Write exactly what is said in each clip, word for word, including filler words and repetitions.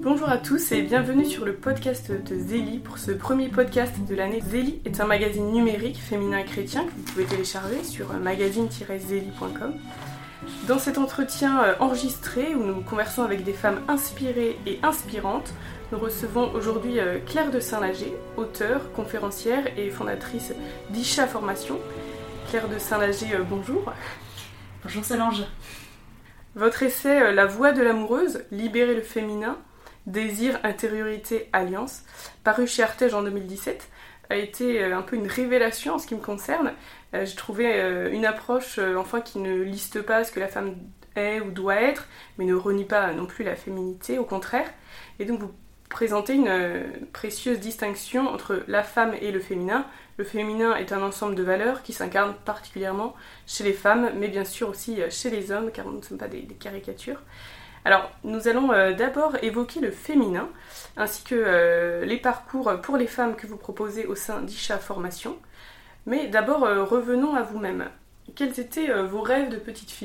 Bonjour à tous et bienvenue sur le podcast de Zélie pour ce premier podcast de l'année. Zélie est un magazine numérique féminin et chrétien que vous pouvez télécharger sur magazine tiret zélie point com. Dans cet entretien enregistré où nous conversons avec des femmes inspirées et inspirantes, nous recevons aujourd'hui Claire de Saint-Lager, auteure, conférencière et fondatrice d'Isha Formation. Claire de Saint-Lager, bonjour. Bonjour Solange. Votre essai « La voix de l'amoureuse, libérer le féminin, désir, intériorité, alliance », paru chez Artege en deux mille dix-sept, a été un peu une révélation en ce qui me concerne. J'ai trouvé une approche enfin qui ne liste pas ce que la femme est ou doit être, mais ne renie pas non plus la féminité, au contraire. Et donc vous présentez une précieuse distinction entre la femme et le féminin. Le féminin est un ensemble de valeurs qui s'incarnent particulièrement chez les femmes, mais bien sûr aussi chez les hommes, car nous ne sommes pas des, des caricatures. Alors, nous allons euh, d'abord évoquer le féminin, ainsi que euh, les parcours pour les femmes que vous proposez au sein d'Isha Formation. Mais d'abord, euh, revenons à vous-même. Quels étaient euh, vos rêves de petite fille ?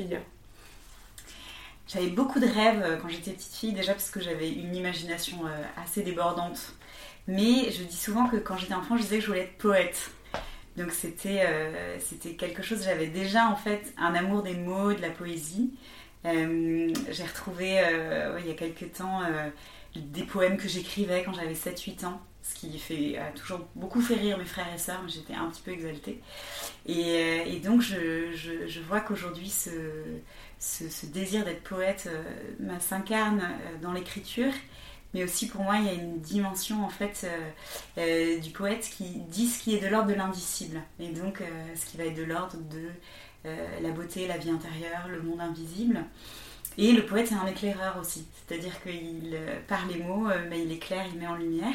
J'avais beaucoup de rêves quand j'étais petite fille, déjà parce que j'avais une imagination euh, assez débordante. Mais je dis souvent que quand j'étais enfant, je disais que je voulais être poète. Donc c'était, euh, c'était quelque chose, j'avais déjà en fait un amour des mots, de la poésie. Euh, j'ai retrouvé euh, ouais, il y a quelques temps euh, des poèmes que j'écrivais quand j'avais sept huit ans, ce qui fait, a toujours beaucoup fait rire mes frères et sœurs, mais j'étais un petit peu exaltée. Et, euh, et donc je, je, je vois qu'aujourd'hui ce, ce, ce désir d'être poète euh, s'incarne euh, dans l'écriture, mais aussi pour moi il y a une dimension en fait euh, euh, du poète qui dit ce qui est de l'ordre de l'indicible, et donc euh, ce qui va être de l'ordre de Euh, la beauté, la vie intérieure, le monde invisible. Et le poète c'est un éclaireur aussi, c'est-à-dire qu'il, euh, par les mots, euh, bah, il éclaire, il met en lumière.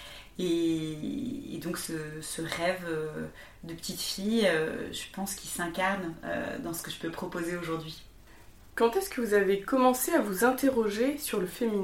Et, et donc ce, ce rêve euh, de petite fille, euh, je pense qu'il s'incarne euh, dans ce que je peux proposer aujourd'hui. Quand est-ce que vous avez commencé à vous interroger sur le féminin ?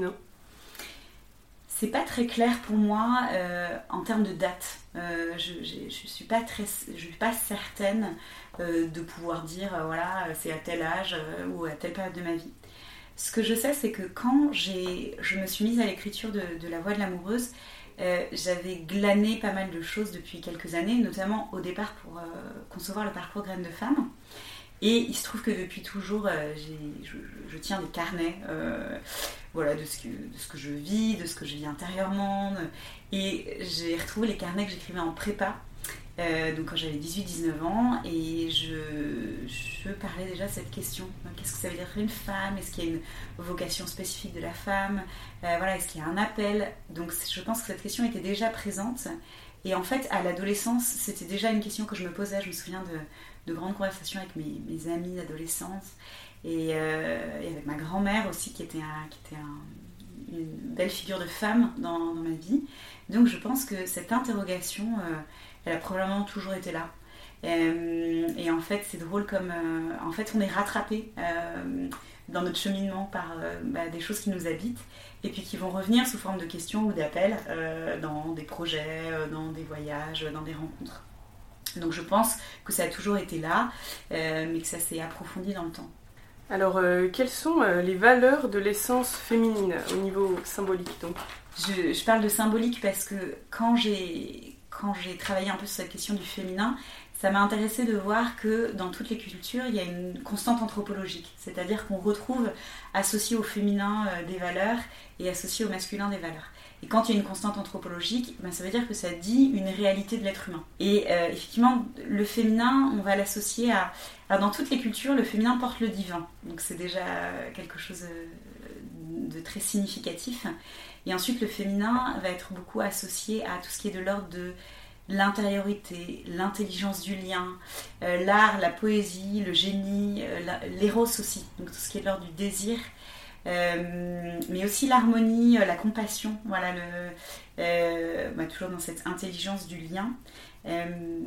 C'est pas très clair pour moi euh, en termes de date. Euh, je, je, je suis pas très, je suis pas certaine euh, de pouvoir dire euh, voilà c'est à tel âge euh, ou à telle période de ma vie. Ce que je sais, c'est que quand j'ai, je me suis mise à l'écriture de, de La voix de l'amoureuse, euh, j'avais glané pas mal de choses depuis quelques années, notamment au départ pour euh, concevoir le parcours Graines de femme. Et il se trouve que depuis toujours, euh, j'ai, je, je tiens des carnets euh, voilà, de, ce que, de ce que je vis, de ce que je vis intérieurement. Et j'ai retrouvé les carnets que j'écrivais en prépa, euh, donc quand j'avais dix-huit dix-neuf ans, et je, je parlais déjà de cette question. Qu'est-ce que ça veut dire une femme ? Est-ce qu'il y a une vocation spécifique de la femme ? euh, voilà, Est-ce qu'il y a un appel ? Donc je pense que cette question était déjà présente. Et en fait, à l'adolescence, c'était déjà une question que je me posais. Je me souviens de... de grandes conversations avec mes, mes amis d'adolescence et, euh, et avec ma grand-mère aussi qui était, un, qui était un, une belle figure de femme dans, dans ma vie. Donc je pense que cette interrogation, euh, elle a probablement toujours été là. Euh, et en fait c'est drôle comme euh, en fait on est rattrapé euh, dans notre cheminement par euh, bah, des choses qui nous habitent et puis qui vont revenir sous forme de questions ou d'appels euh, dans des projets, euh, dans des voyages, dans des rencontres. Donc je pense que ça a toujours été là, euh, mais que ça s'est approfondi dans le temps. Alors, euh, quelles sont euh, les valeurs de l'essence féminine au niveau symbolique donc ? je, je parle de symbolique parce que quand j'ai, quand j'ai travaillé un peu sur cette question du féminin, ça m'a intéressé de voir que dans toutes les cultures, il y a une constante anthropologique. C'est-à-dire qu'on retrouve associé au féminin euh, des valeurs et associé au masculin des valeurs. Et quand il y a une constante anthropologique, ben ça veut dire que ça dit une réalité de l'être humain. Et euh, effectivement, le féminin, on va l'associer à... Alors dans toutes les cultures, le féminin porte le divin. Donc c'est déjà quelque chose de très significatif. Et ensuite, le féminin va être beaucoup associé à tout ce qui est de l'ordre de l'intériorité, l'intelligence du lien, euh, l'art, la poésie, le génie, euh, l'éros aussi. Donc tout ce qui est de l'ordre du désir. Euh, mais aussi l'harmonie, la compassion, voilà, le, euh, bah, toujours dans cette intelligence du lien, euh,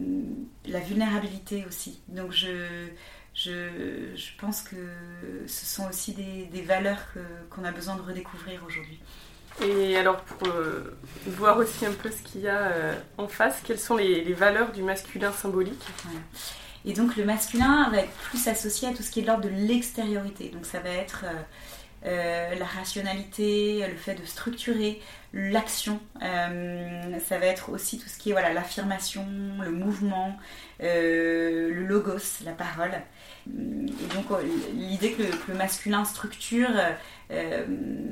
la vulnérabilité aussi. Donc je, je, je pense que ce sont aussi des, des valeurs que, qu'on a besoin de redécouvrir aujourd'hui. Et alors pour euh, voir aussi un peu ce qu'il y a euh, en face, quelles sont les, les valeurs du masculin symbolique ? Voilà. Et donc le masculin va être plus associé à tout ce qui est de l'ordre de l'extériorité. Donc ça va être... Euh, euh, la rationalité, le fait de structurer l'action. Euh, ça va être aussi tout ce qui est voilà, l'affirmation, le mouvement, euh, le logos, la parole. Et donc l'idée que le, que le masculin structure, euh,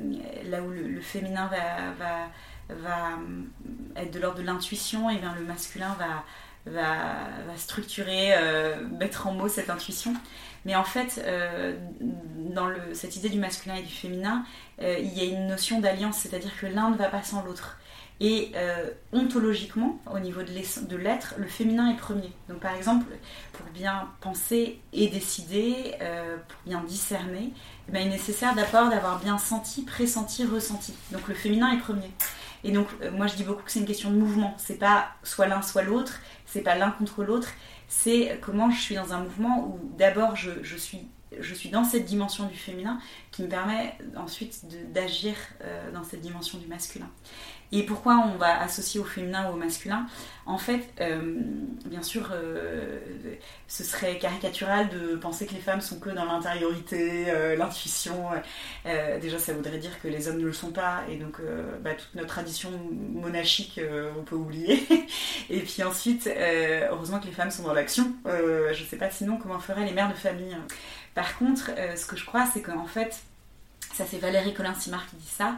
là où le, le féminin va, va, va être de l'ordre de l'intuition, et bien le masculin va, va, va structurer, euh, mettre en mots cette intuition. Mais en fait, euh, dans le, cette idée du masculin et du féminin, euh, il y a une notion d'alliance, c'est-à-dire que l'un ne va pas sans l'autre. Et euh, ontologiquement, au niveau de, de l'être, le féminin est premier. Donc par exemple, pour bien penser et décider, euh, pour bien discerner, eh bien, il est nécessaire d'abord d'avoir bien senti, pressenti, ressenti. Donc le féminin est premier. Et donc euh, moi je dis beaucoup que c'est une question de mouvement. C'est pas soit l'un soit l'autre, c'est pas l'un contre l'autre. C'est comment je suis dans un mouvement où d'abord je, je, suis, je suis dans cette dimension du féminin qui me permet ensuite de, d'agir euh, dans cette dimension du masculin. Et pourquoi on va associer au féminin ou au masculin ? En fait, euh, bien sûr, euh, ce serait caricatural de penser que les femmes sont que dans l'intériorité, euh, l'intuition. Euh, déjà, ça voudrait dire que les hommes ne le sont pas, et donc euh, bah, toute notre tradition monachique, euh, on peut oublier. Et puis ensuite, euh, heureusement que les femmes sont dans l'action. Euh, je ne sais pas sinon comment feraient les mères de famille. Par contre, euh, ce que je crois, c'est qu'en fait, ça c'est Valérie Colin-Simard qui dit ça.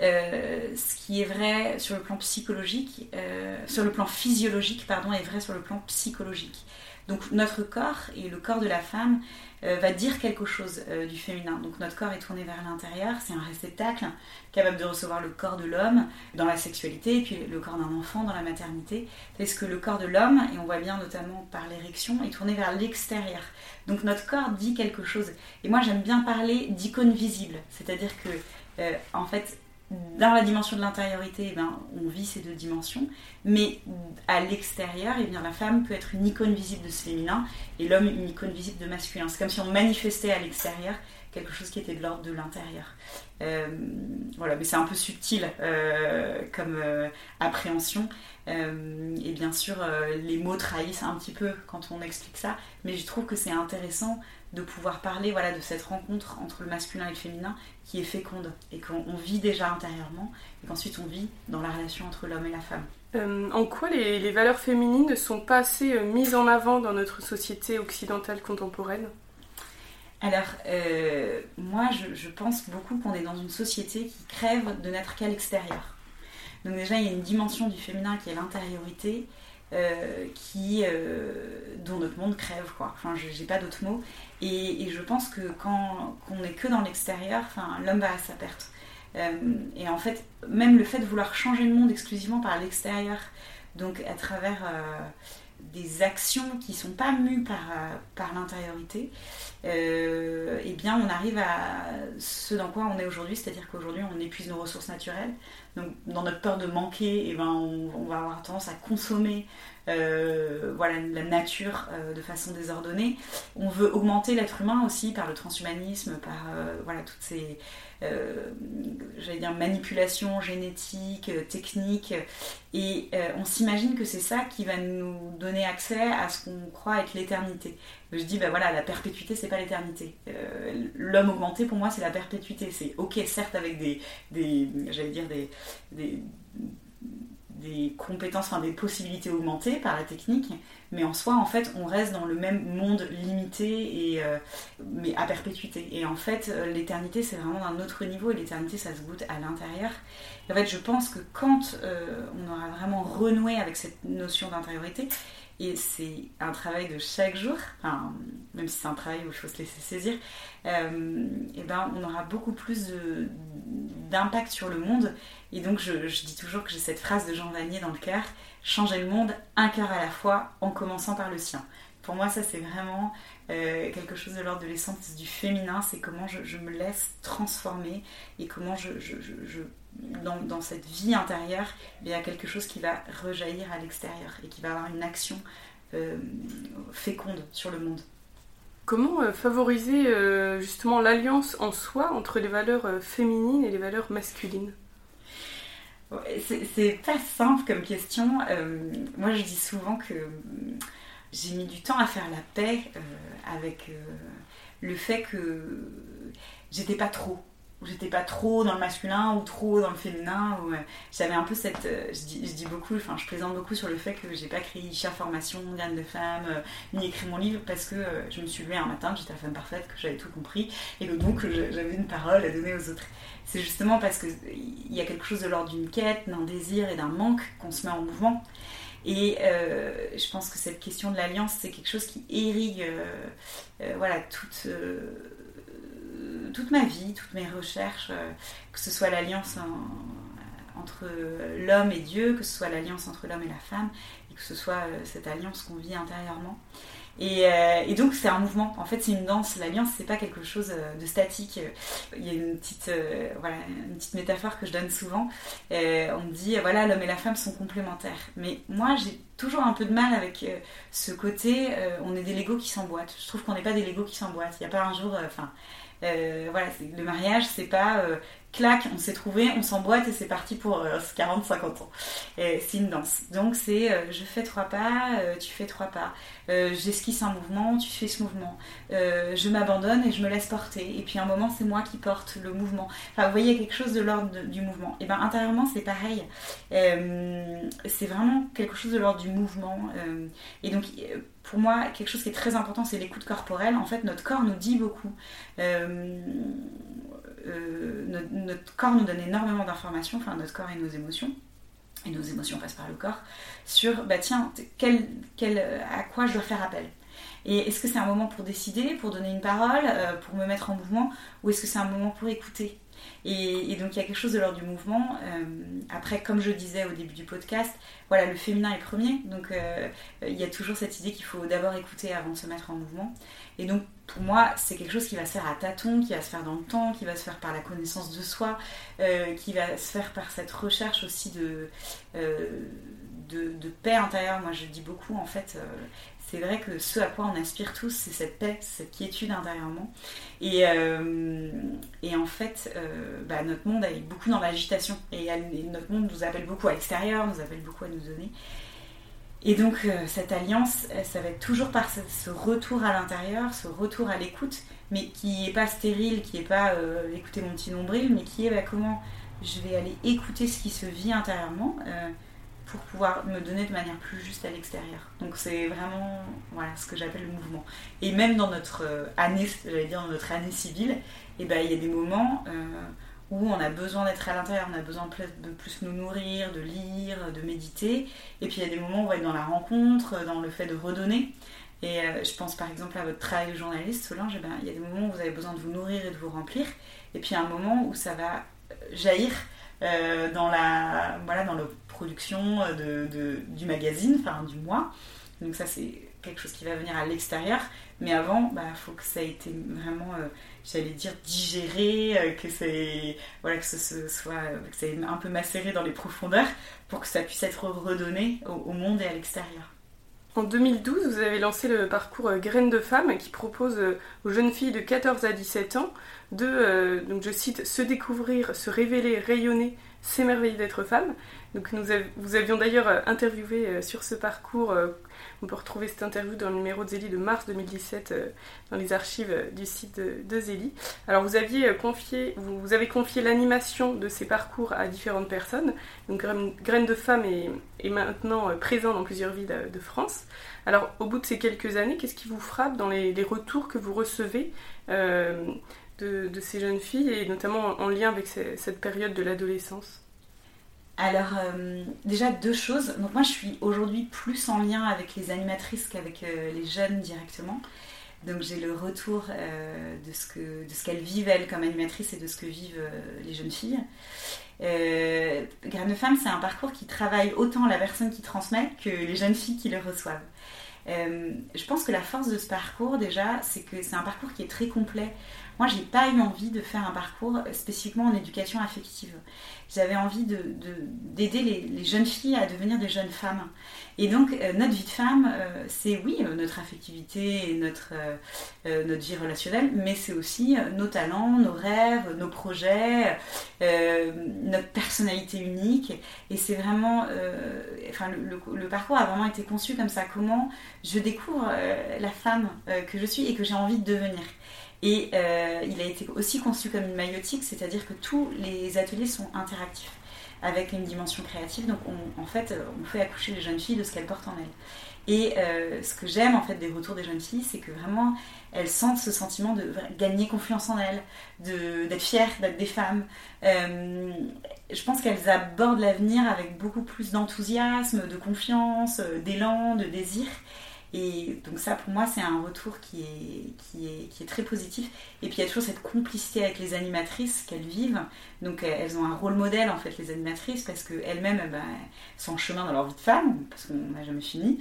Euh, ce qui est vrai sur le plan psychologique, euh, sur le plan physiologique, pardon, est vrai sur le plan psychologique. Donc notre corps et le corps de la femme euh, va dire quelque chose euh, du féminin. Donc notre corps est tourné vers l'intérieur, c'est un réceptacle capable de recevoir le corps de l'homme dans la sexualité et puis le corps d'un enfant dans la maternité. Parce que le corps de l'homme, et on voit bien notamment par l'érection, est tourné vers l'extérieur. Donc notre corps dit quelque chose. Et moi j'aime bien parler d'icône visible, c'est-à-dire que euh, en fait dans la dimension de l'intériorité, eh bien, on vit ces deux dimensions, mais à l'extérieur, eh bien, la femme peut être une icône visible de ce féminin et l'homme une icône visible de masculin. C'est comme si on manifestait à l'extérieur quelque chose qui était de l'ordre de l'intérieur. Euh, voilà, mais c'est un peu subtil euh, comme euh, appréhension. Euh, et bien sûr, euh, les mots trahissent un petit peu quand on explique ça, mais je trouve que c'est intéressant de pouvoir parler voilà, de cette rencontre entre le masculin et le féminin qui est féconde et qu'on vit déjà intérieurement et qu'ensuite on vit dans la relation entre l'homme et la femme. Euh, en quoi les, les valeurs féminines ne sont pas assez euh, mises en avant dans notre société occidentale contemporaine ? Alors, euh, moi je, je pense beaucoup qu'on est dans une société qui crève de n'être qu'à l'extérieur. Donc déjà il y a une dimension du féminin qui est l'intériorité, Euh, qui, euh, dont notre monde crève, quoi. Enfin, je, j'ai pas d'autres mots. Et, et je pense que quand qu'on n'est que dans l'extérieur, enfin, l'homme va à sa perte. Euh, et en fait, même le fait de vouloir changer le monde exclusivement par l'extérieur, donc à travers euh, des actions qui sont pas mues par, par l'intériorité, euh, eh bien, on arrive à ce dans quoi on est aujourd'hui, c'est-à-dire qu'aujourd'hui, on épuise nos ressources naturelles. Donc, dans notre peur de manquer, eh ben, on, on va avoir tendance à consommer euh, voilà, la nature euh, de façon désordonnée. On veut augmenter l'être humain aussi par le transhumanisme, par euh, voilà, toutes ces euh, j'allais dire, manipulations génétiques, euh, techniques. Et euh, on s'imagine que c'est ça qui va nous donner accès à ce qu'on croit être l'éternité. Je dis, ben voilà, la perpétuité, c'est pas l'éternité. Euh, l'homme augmenté, pour moi, c'est la perpétuité. C'est ok, certes, avec des, des j'allais dire, des, des, des compétences, enfin des possibilités augmentées par la technique, mais en soi, en fait, on reste dans le même monde limité, et, euh, mais à perpétuité. Et en fait, l'éternité, c'est vraiment d'un autre niveau, et l'éternité, ça se goûte à l'intérieur. Et en fait, je pense que quand euh, on aura vraiment renoué avec cette notion d'intériorité, et c'est un travail de chaque jour, enfin, même si c'est un travail où il faut se laisser saisir, euh, et ben, on aura beaucoup plus de, d'impact sur le monde. Et donc je, je dis toujours que j'ai cette phrase de Jean Vanier dans le cœur: changer le monde un cœur à la fois, en commençant par le sien. Pour moi, ça c'est vraiment euh, quelque chose de l'ordre de l'essence du féminin, c'est comment je, je me laisse transformer et comment je, je, je, je Dans, dans cette vie intérieure, il y a quelque chose qui va rejaillir à l'extérieur et qui va avoir une action euh, féconde sur le monde. Comment euh, favoriser euh, justement l'alliance en soi entre les valeurs euh, féminines et les valeurs masculines ? c'est, c'est pas simple comme question. Euh, moi, je dis souvent que euh, j'ai mis du temps à faire la paix euh, avec euh, le fait que j'étais pas trop. où j'étais pas trop dans le masculin ou trop dans le féminin. Où, euh, j'avais un peu cette... Euh, je, dis, je dis beaucoup, enfin je plaisante beaucoup sur le fait que j'ai pas créé Isha Formation, Graines de Femme, euh, ni écrit mon livre parce que euh, je me suis levée un matin, que j'étais la femme parfaite, que j'avais tout compris et que donc j'avais une parole à donner aux autres. C'est justement parce qu'il y a quelque chose de l'ordre d'une quête, d'un désir et d'un manque qu'on se met en mouvement. Et euh, je pense que cette question de l'alliance, c'est quelque chose qui irrigue euh, euh, voilà, toute... Euh, toute ma vie, toutes mes recherches, euh, que ce soit l'alliance en, entre l'homme et Dieu, que ce soit l'alliance entre l'homme et la femme, et que ce soit euh, cette alliance qu'on vit intérieurement. Et, euh, et donc c'est un mouvement, en fait c'est une danse, l'alliance c'est pas quelque chose de statique. Il y a une petite, euh, voilà, une petite métaphore que je donne souvent, euh, on me dit voilà l'homme et la femme sont complémentaires, mais moi j'ai toujours un peu de mal avec euh, ce côté euh, on est des Legos qui s'emboîtent. Je trouve qu'on n'est pas des Legos qui s'emboîtent, il n'y a pas un jour, enfin euh, Euh, voilà, c'est, le mariage c'est pas euh, clac, on s'est trouvé, on s'emboîte et c'est parti pour euh, quarante à cinquante ans. Et c'est une danse, donc c'est euh, je fais trois pas, euh, tu fais trois pas, euh, j'esquisse un mouvement, tu fais ce mouvement, euh, je m'abandonne et je me laisse porter, et puis à un moment c'est moi qui porte le mouvement. Enfin vous voyez, quelque chose de l'ordre de, du mouvement. Et bien intérieurement c'est pareil, euh, c'est vraiment quelque chose de l'ordre du mouvement, euh, et donc euh, pour moi, quelque chose qui est très important, c'est l'écoute corporelle. En fait, notre corps nous dit beaucoup. Euh, euh, notre, notre corps nous donne énormément d'informations, enfin notre corps et nos émotions, et nos émotions passent par le corps, sur, bah tiens, quel, quel, à quoi je dois faire appel. Et est-ce que c'est un moment pour décider, pour donner une parole, euh, pour me mettre en mouvement, ou est-ce que c'est un moment pour écouter ? Et, et donc il y a quelque chose de l'ordre du mouvement. Euh, après, comme je disais au début du podcast, voilà, le féminin est premier, donc euh, il y a toujours cette idée qu'il faut d'abord écouter avant de se mettre en mouvement. Et donc pour moi, c'est quelque chose qui va se faire à tâtons, qui va se faire dans le temps, qui va se faire par la connaissance de soi, euh, qui va se faire par cette recherche aussi de, euh, de, de paix intérieure. Moi je dis beaucoup en fait... Euh, c'est vrai que ce à quoi on aspire tous, c'est cette paix, cette quiétude intérieurement. Et, euh, et en fait, euh, bah, notre monde est beaucoup dans l'agitation. Et, et notre monde nous appelle beaucoup à l'extérieur, nous appelle beaucoup à nous donner. Et donc, euh, cette alliance, ça va être toujours par ce, ce retour à l'intérieur, ce retour à l'écoute, mais qui n'est pas stérile, qui n'est pas euh, écouter mon petit nombril, mais qui est bah, comment je vais aller écouter ce qui se vit intérieurement, euh, pour pouvoir me donner de manière plus juste à l'extérieur. Donc c'est vraiment voilà, ce que j'appelle le mouvement. Et même dans notre année, j'allais dire dans notre année civile, eh ben, il y a des moments euh, où on a besoin d'être à l'intérieur, on a besoin de plus nous nourrir, de lire, de méditer. Et puis il y a des moments où on va être dans la rencontre, dans le fait de redonner. Et euh, je pense par exemple à votre travail de journaliste, Solange, eh ben, il y a des moments où vous avez besoin de vous nourrir et de vous remplir. Et puis il y a un moment où ça va jaillir euh, dans la voilà, dans le production de, de, du magazine, enfin du mois. Donc ça c'est quelque chose qui va venir à l'extérieur. Mais avant, il bah, faut que ça ait été vraiment, euh, j'allais dire, digéré, euh, que, c'est, voilà, que ce, ce soit que ça ait un peu macéré dans les profondeurs pour que ça puisse être redonné au, au monde et à l'extérieur. En deux mille douze, vous avez lancé le parcours Graines de Femme qui propose aux jeunes filles de quatorze à dix-sept ans de, euh, donc je cite, se découvrir, se révéler, rayonner, s'émerveiller d'être femme. Donc nous av- vous avions d'ailleurs interviewé sur ce parcours, euh, on peut retrouver cette interview dans le numéro de Zélie de mars deux mille dix-sept euh, dans les archives du site de, de Zélie. Alors vous aviez confié, vous, vous avez confié l'animation de ces parcours à différentes personnes. Donc Graines de Femme est, est maintenant présent dans plusieurs villes de, de France. Alors au bout de ces quelques années, qu'est-ce qui vous frappe dans les, les retours que vous recevez euh, de, de ces jeunes filles et notamment en, en lien avec ces, cette période de l'adolescence ? Alors, euh, déjà deux choses. Donc moi, je suis aujourd'hui plus en lien avec les animatrices qu'avec euh, les jeunes directement. Donc j'ai le retour euh, de ce que, de ce qu'elles vivent, elles, comme animatrices et de ce que vivent euh, les jeunes filles. Euh, Graines de Femme, c'est un parcours qui travaille autant la personne qui transmet que les jeunes filles qui le reçoivent. Euh, je pense que la force de ce parcours, déjà, c'est que c'est un parcours qui est très complet. Moi, j'ai pas eu envie de faire un parcours spécifiquement en éducation affective. J'avais envie de, de, d'aider les, les jeunes filles à devenir des jeunes femmes. Et donc, euh, notre vie de femme, euh, c'est oui, euh, notre affectivité et notre, euh, euh, notre vie relationnelle, mais c'est aussi euh, nos talents, nos rêves, nos projets, euh, notre personnalité unique. Et c'est vraiment... Euh, enfin, le, le, le parcours a vraiment été conçu comme ça. Comment je découvre euh, la femme euh, que je suis et que j'ai envie de devenir. Et euh, il a été aussi conçu comme une maïotique, c'est-à-dire que tous les ateliers sont interactifs, avec une dimension créative. Donc on, en fait, on fait accoucher les jeunes filles de ce qu'elles portent en elles. Et euh, ce que j'aime en fait des retours des jeunes filles, c'est que vraiment elles sentent ce sentiment de gagner confiance en elles, de, d'être fières d'être des femmes. Euh, je pense qu'elles abordent l'avenir avec beaucoup plus d'enthousiasme, de confiance, d'élan, de désir. Et donc ça pour moi c'est un retour qui est, qui est, qui est très positif. Et puis il y a toujours cette complicité avec les animatrices qu'elles vivent. Donc elles ont un rôle modèle en fait les animatrices, parce qu'elles-mêmes eh ben, sont en chemin dans leur vie de femme, parce qu'on n'a jamais fini.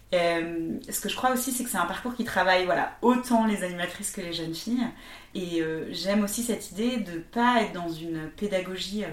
Euh, ce que je crois aussi c'est que c'est un parcours qui travaille voilà, autant les animatrices que les jeunes filles. Et euh, j'aime aussi cette idée de ne pas être dans une pédagogie... Euh,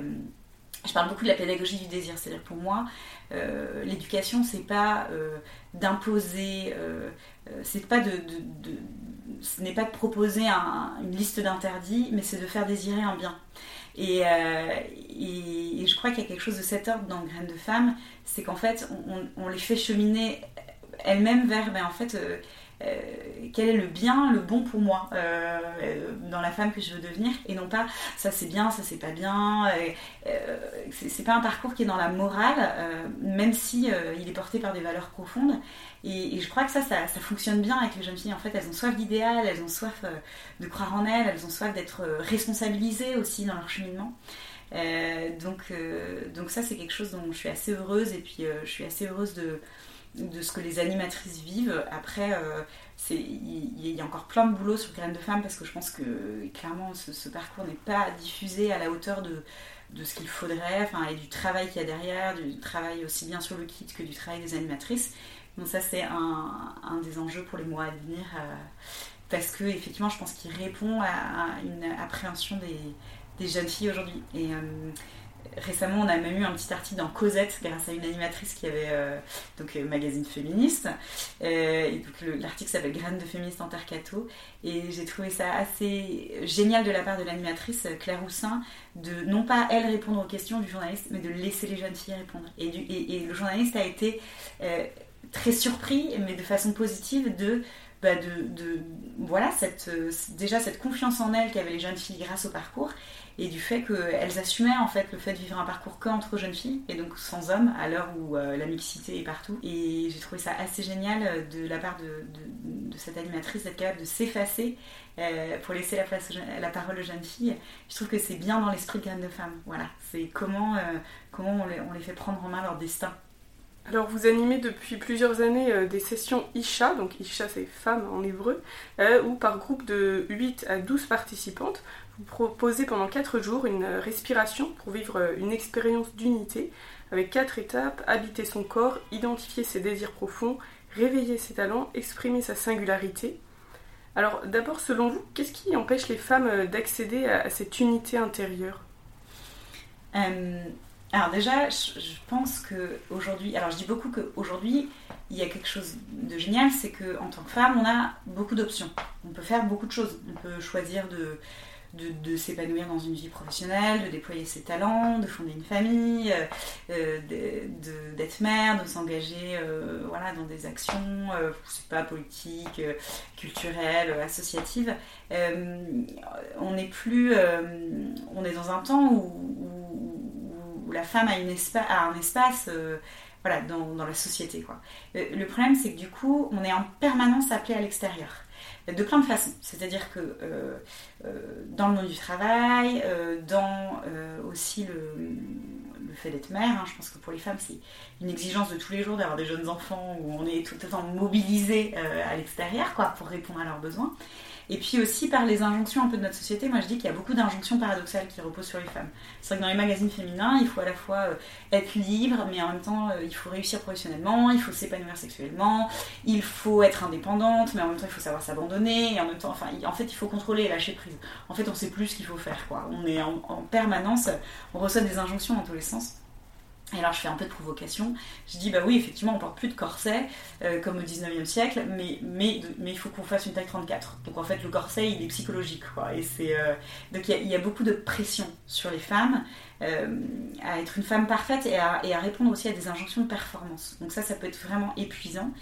je parle beaucoup de la pédagogie du désir, c'est-à-dire pour moi, euh, l'éducation, c'est pas euh, d'imposer, euh, c'est pas de, de, de, ce n'est pas de proposer un, une liste d'interdits, mais c'est de faire désirer un bien. Et, euh, et, et je crois qu'il y a quelque chose de cet ordre dans Graines de Femmes, c'est qu'en fait, on, on les fait cheminer elles-mêmes vers, ben en fait, euh, euh, quel est le bien, le bon pour moi euh, dans la femme que je veux devenir, et non pas ça c'est bien, ça c'est pas bien. Euh, euh, c'est, c'est pas un parcours qui est dans la morale, euh, même si euh, il est porté par des valeurs profondes. Et, et je crois que ça, ça, ça fonctionne bien avec les jeunes filles. En fait, elles ont soif d'idéal, elles ont soif euh, de croire en elles, elles ont soif d'être euh, responsabilisées aussi dans leur cheminement. Euh, donc, euh, donc ça c'est quelque chose dont je suis assez heureuse, et puis euh, je suis assez heureuse de de ce que les animatrices vivent. Après, euh, c'est, il y, y a encore plein de boulot sur Graines de Femmes, parce que je pense que clairement ce, ce parcours n'est pas diffusé à la hauteur de, de ce qu'il faudrait, enfin, et du travail qu'il y a derrière, du travail aussi bien sur le kit que du travail des animatrices. Donc ça c'est un, un des enjeux pour les mois à venir, euh, parce que effectivement je pense qu'il répond à, à une appréhension des, des jeunes filles aujourd'hui. Et euh, récemment, on a même eu un petit article dans Cosette grâce à une animatrice qui avait euh, donc euh, magazine féministe. Euh, et donc le, l'article s'appelle Graines de féministes en terre catho. Et j'ai trouvé ça assez génial de la part de l'animatrice Claire Roussin de non pas elle répondre aux questions du journaliste, mais de laisser les jeunes filles répondre. Et, du, et, et le journaliste a été euh, très surpris, mais de façon positive, de Bah de, de voilà cette, déjà cette confiance en elles qu'avaient les jeunes filles grâce au parcours, et du fait qu'elles assumaient en fait le fait de vivre un parcours qu'entre jeunes filles, et donc sans hommes, à l'heure où euh, la mixité est partout. Et j'ai trouvé ça assez génial de la part de, de, de cette animatrice d'être capable de s'effacer euh, pour laisser la, place, la parole aux jeunes filles. Je trouve que c'est bien dans l'esprit de Graines de Femmes. Voilà, c'est comment, euh, comment on les, on les fait prendre en main leur destin. Alors vous animez depuis plusieurs années euh, des sessions Isha, donc Isha c'est femme en hébreu, euh, où par groupe de huit à douze participantes, vous proposez pendant quatre jours une respiration pour vivre une expérience d'unité, avec quatre étapes: habiter son corps, identifier ses désirs profonds, réveiller ses talents, exprimer sa singularité. Alors d'abord, selon vous, qu'est-ce qui empêche les femmes d'accéder à, à cette unité intérieure ? euh... Alors déjà, je pense qu'aujourd'hui, alors je dis beaucoup qu'aujourd'hui, il y a quelque chose de génial, c'est qu'en tant que femme, on a beaucoup d'options. On peut faire beaucoup de choses. On peut choisir de, de, de s'épanouir dans une vie professionnelle, de déployer ses talents, de fonder une famille, euh, de, de, d'être mère, de s'engager euh, voilà, dans des actions, euh, je sais pas, politiques, euh, culturelles, associatives. Euh, on n'est plus... Euh, on est dans un temps où... où où la femme a, une espa- a un espace euh, voilà, dans, dans la société, quoi. Le, le problème, c'est que du coup, on est en permanence appelé à l'extérieur, de plein de façons. C'est-à-dire que euh, euh, dans le monde du travail, euh, dans euh, aussi le, le fait d'être mère, hein, je pense que pour les femmes, c'est une exigence de tous les jours d'avoir des jeunes enfants où on est tout le temps mobilisé euh, à l'extérieur, quoi, pour répondre à leurs besoins. Et puis aussi par les injonctions un peu de notre société. Moi je dis qu'il y a beaucoup d'injonctions paradoxales qui reposent sur les femmes. C'est vrai que dans les magazines féminins, il faut à la fois euh, être libre, mais en même temps euh, il faut réussir professionnellement, il faut s'épanouir sexuellement, il faut être indépendante, mais en même temps il faut savoir s'abandonner, et en même temps, enfin, en fait il faut contrôler et lâcher prise. En fait on sait plus ce qu'il faut faire, quoi. On est en, en permanence, on reçoit des injonctions dans tous les sens. Et alors je fais un peu de provocation, je dis bah oui effectivement on porte plus de corset euh, comme au dix-neuvième siècle, mais, mais, mais il faut qu'on fasse une taille trente-quatre. Donc en fait le corset il est psychologique, quoi. Et c'est, euh... donc il y, a, il y a beaucoup de pression sur les femmes euh, à être une femme parfaite et à, et à répondre aussi à des injonctions de performance. Donc ça ça peut être vraiment épuisant.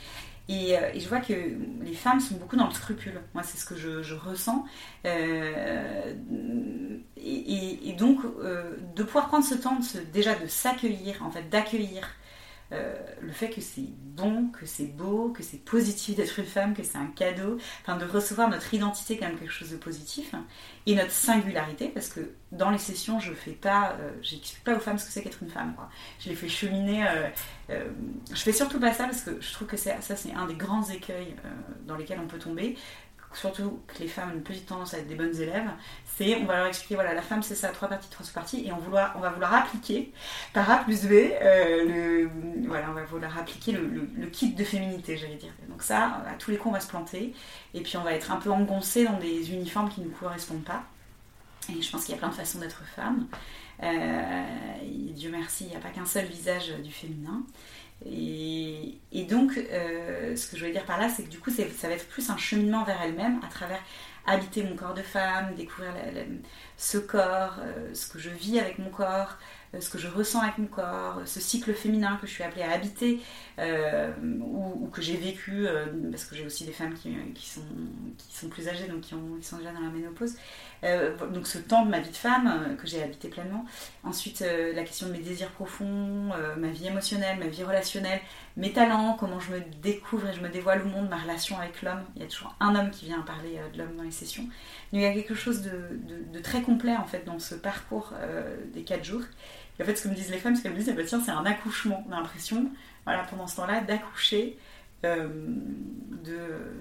Et, et je vois que les femmes sont beaucoup dans le scrupule. Moi, c'est ce que je, je ressens. Euh, et, et, et donc, euh, de pouvoir prendre ce temps de se, déjà de s'accueillir, en fait, d'accueillir euh, le fait que c'est bon, que c'est beau, que c'est positif d'être une femme, que c'est un cadeau, enfin de recevoir notre identité comme quelque chose de positif et notre singularité, parce que dans les sessions, je fais pas, euh, j'explique pas aux femmes ce que c'est qu'être une femme, quoi. Je les fais cheminer. Euh, euh, je fais surtout pas ça parce que je trouve que c'est, ça c'est un des grands écueils euh, dans lesquels on peut tomber. Surtout que les femmes ont une petite tendance à être des bonnes élèves, c'est on va leur expliquer voilà la femme c'est ça, trois parties, trois sous-parties, et on, vouloir, on va vouloir appliquer par A plus B, euh, le, voilà, on va vouloir appliquer le, le, le kit de féminité, j'allais dire. Donc ça, à tous les coups on va se planter, et puis on va être un peu engoncé dans des uniformes qui ne nous correspondent pas. Et je pense qu'il y a plein de façons d'être femme. Euh, et Dieu merci, il n'y a pas qu'un seul visage du féminin. Et, et donc, euh, ce que je voulais dire par là, c'est que du coup, c'est, ça va être plus un cheminement vers elle-même à travers habiter mon corps de femme, découvrir la, la, ce corps, euh, ce que je vis avec mon corps, euh, ce que je ressens avec mon corps, ce cycle féminin que je suis appelée à habiter, euh, ou, ou que j'ai vécu, euh, parce que j'ai aussi des femmes qui, qui, sont, qui sont plus âgées, donc qui, ont, qui sont déjà dans la ménopause. Euh, donc ce temps de ma vie de femme euh, que j'ai habité pleinement. Ensuite, euh, la question de mes désirs profonds, euh, ma vie émotionnelle, ma vie relationnelle, mes talents, comment je me découvre et je me dévoile au monde, ma relation avec l'homme. Il y a toujours un homme qui vient parler euh, de l'homme dans les sessions. Donc il y a quelque chose de, de, de très complet en fait dans ce parcours euh, des quatre jours. Et en fait, ce que me disent les femmes, c'est qu'elles me disent, eh ben, tiens, c'est un accouchement. On a l'impression, voilà, pendant ce temps-là, d'accoucher euh, de,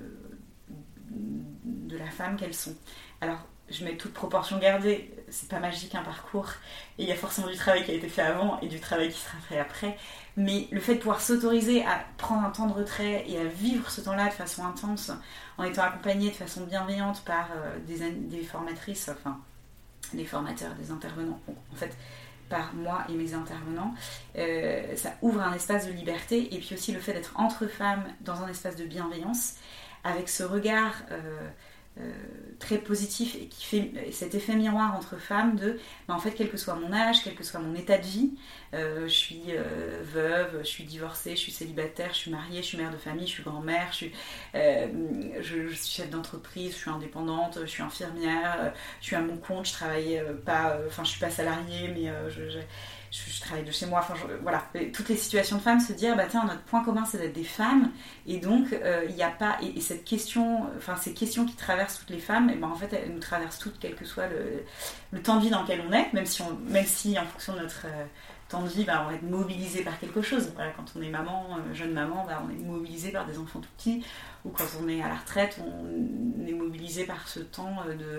de la femme qu'elles sont. Alors, je mets toute proportion gardée, c'est pas magique un parcours, et il y a forcément du travail qui a été fait avant et du travail qui sera fait après, mais le fait de pouvoir s'autoriser à prendre un temps de retrait et à vivre ce temps-là de façon intense, en étant accompagnée de façon bienveillante par euh, des, des formatrices, enfin des formateurs, des intervenants, bon, en fait par moi et mes intervenants, euh, ça ouvre un espace de liberté, et puis aussi le fait d'être entre femmes dans un espace de bienveillance, avec ce regard euh, Euh, très positif et qui fait et cet effet miroir entre femmes de bah en fait quel que soit mon âge, quel que soit mon état de vie, euh, je suis euh, veuve, je suis divorcée, je suis célibataire, je suis mariée, je suis mère de famille, je suis grand-mère, je suis, euh, je, je suis chef d'entreprise, je suis indépendante, je suis infirmière, euh, je suis à mon compte, je travaille euh, pas, enfin euh, je suis pas salariée mais euh, je, je Je, je travaille de chez moi, enfin je, voilà, toutes les situations de femmes, se dire bah tiens, notre point commun c'est d'être des femmes, et donc il euh, n'y a pas, et, et cette question, enfin ces questions qui traversent toutes les femmes, et ben en fait elles nous traversent toutes, quel que soit le, le temps de vie dans lequel on est, même si, on, même si en fonction de notre euh, temps de vie, bah, on va être mobilisé par quelque chose. Voilà, quand on est maman, euh, jeune maman, bah, on est mobilisé par des enfants tout petits, ou quand on est à la retraite, on est mobilisé par ce temps euh, de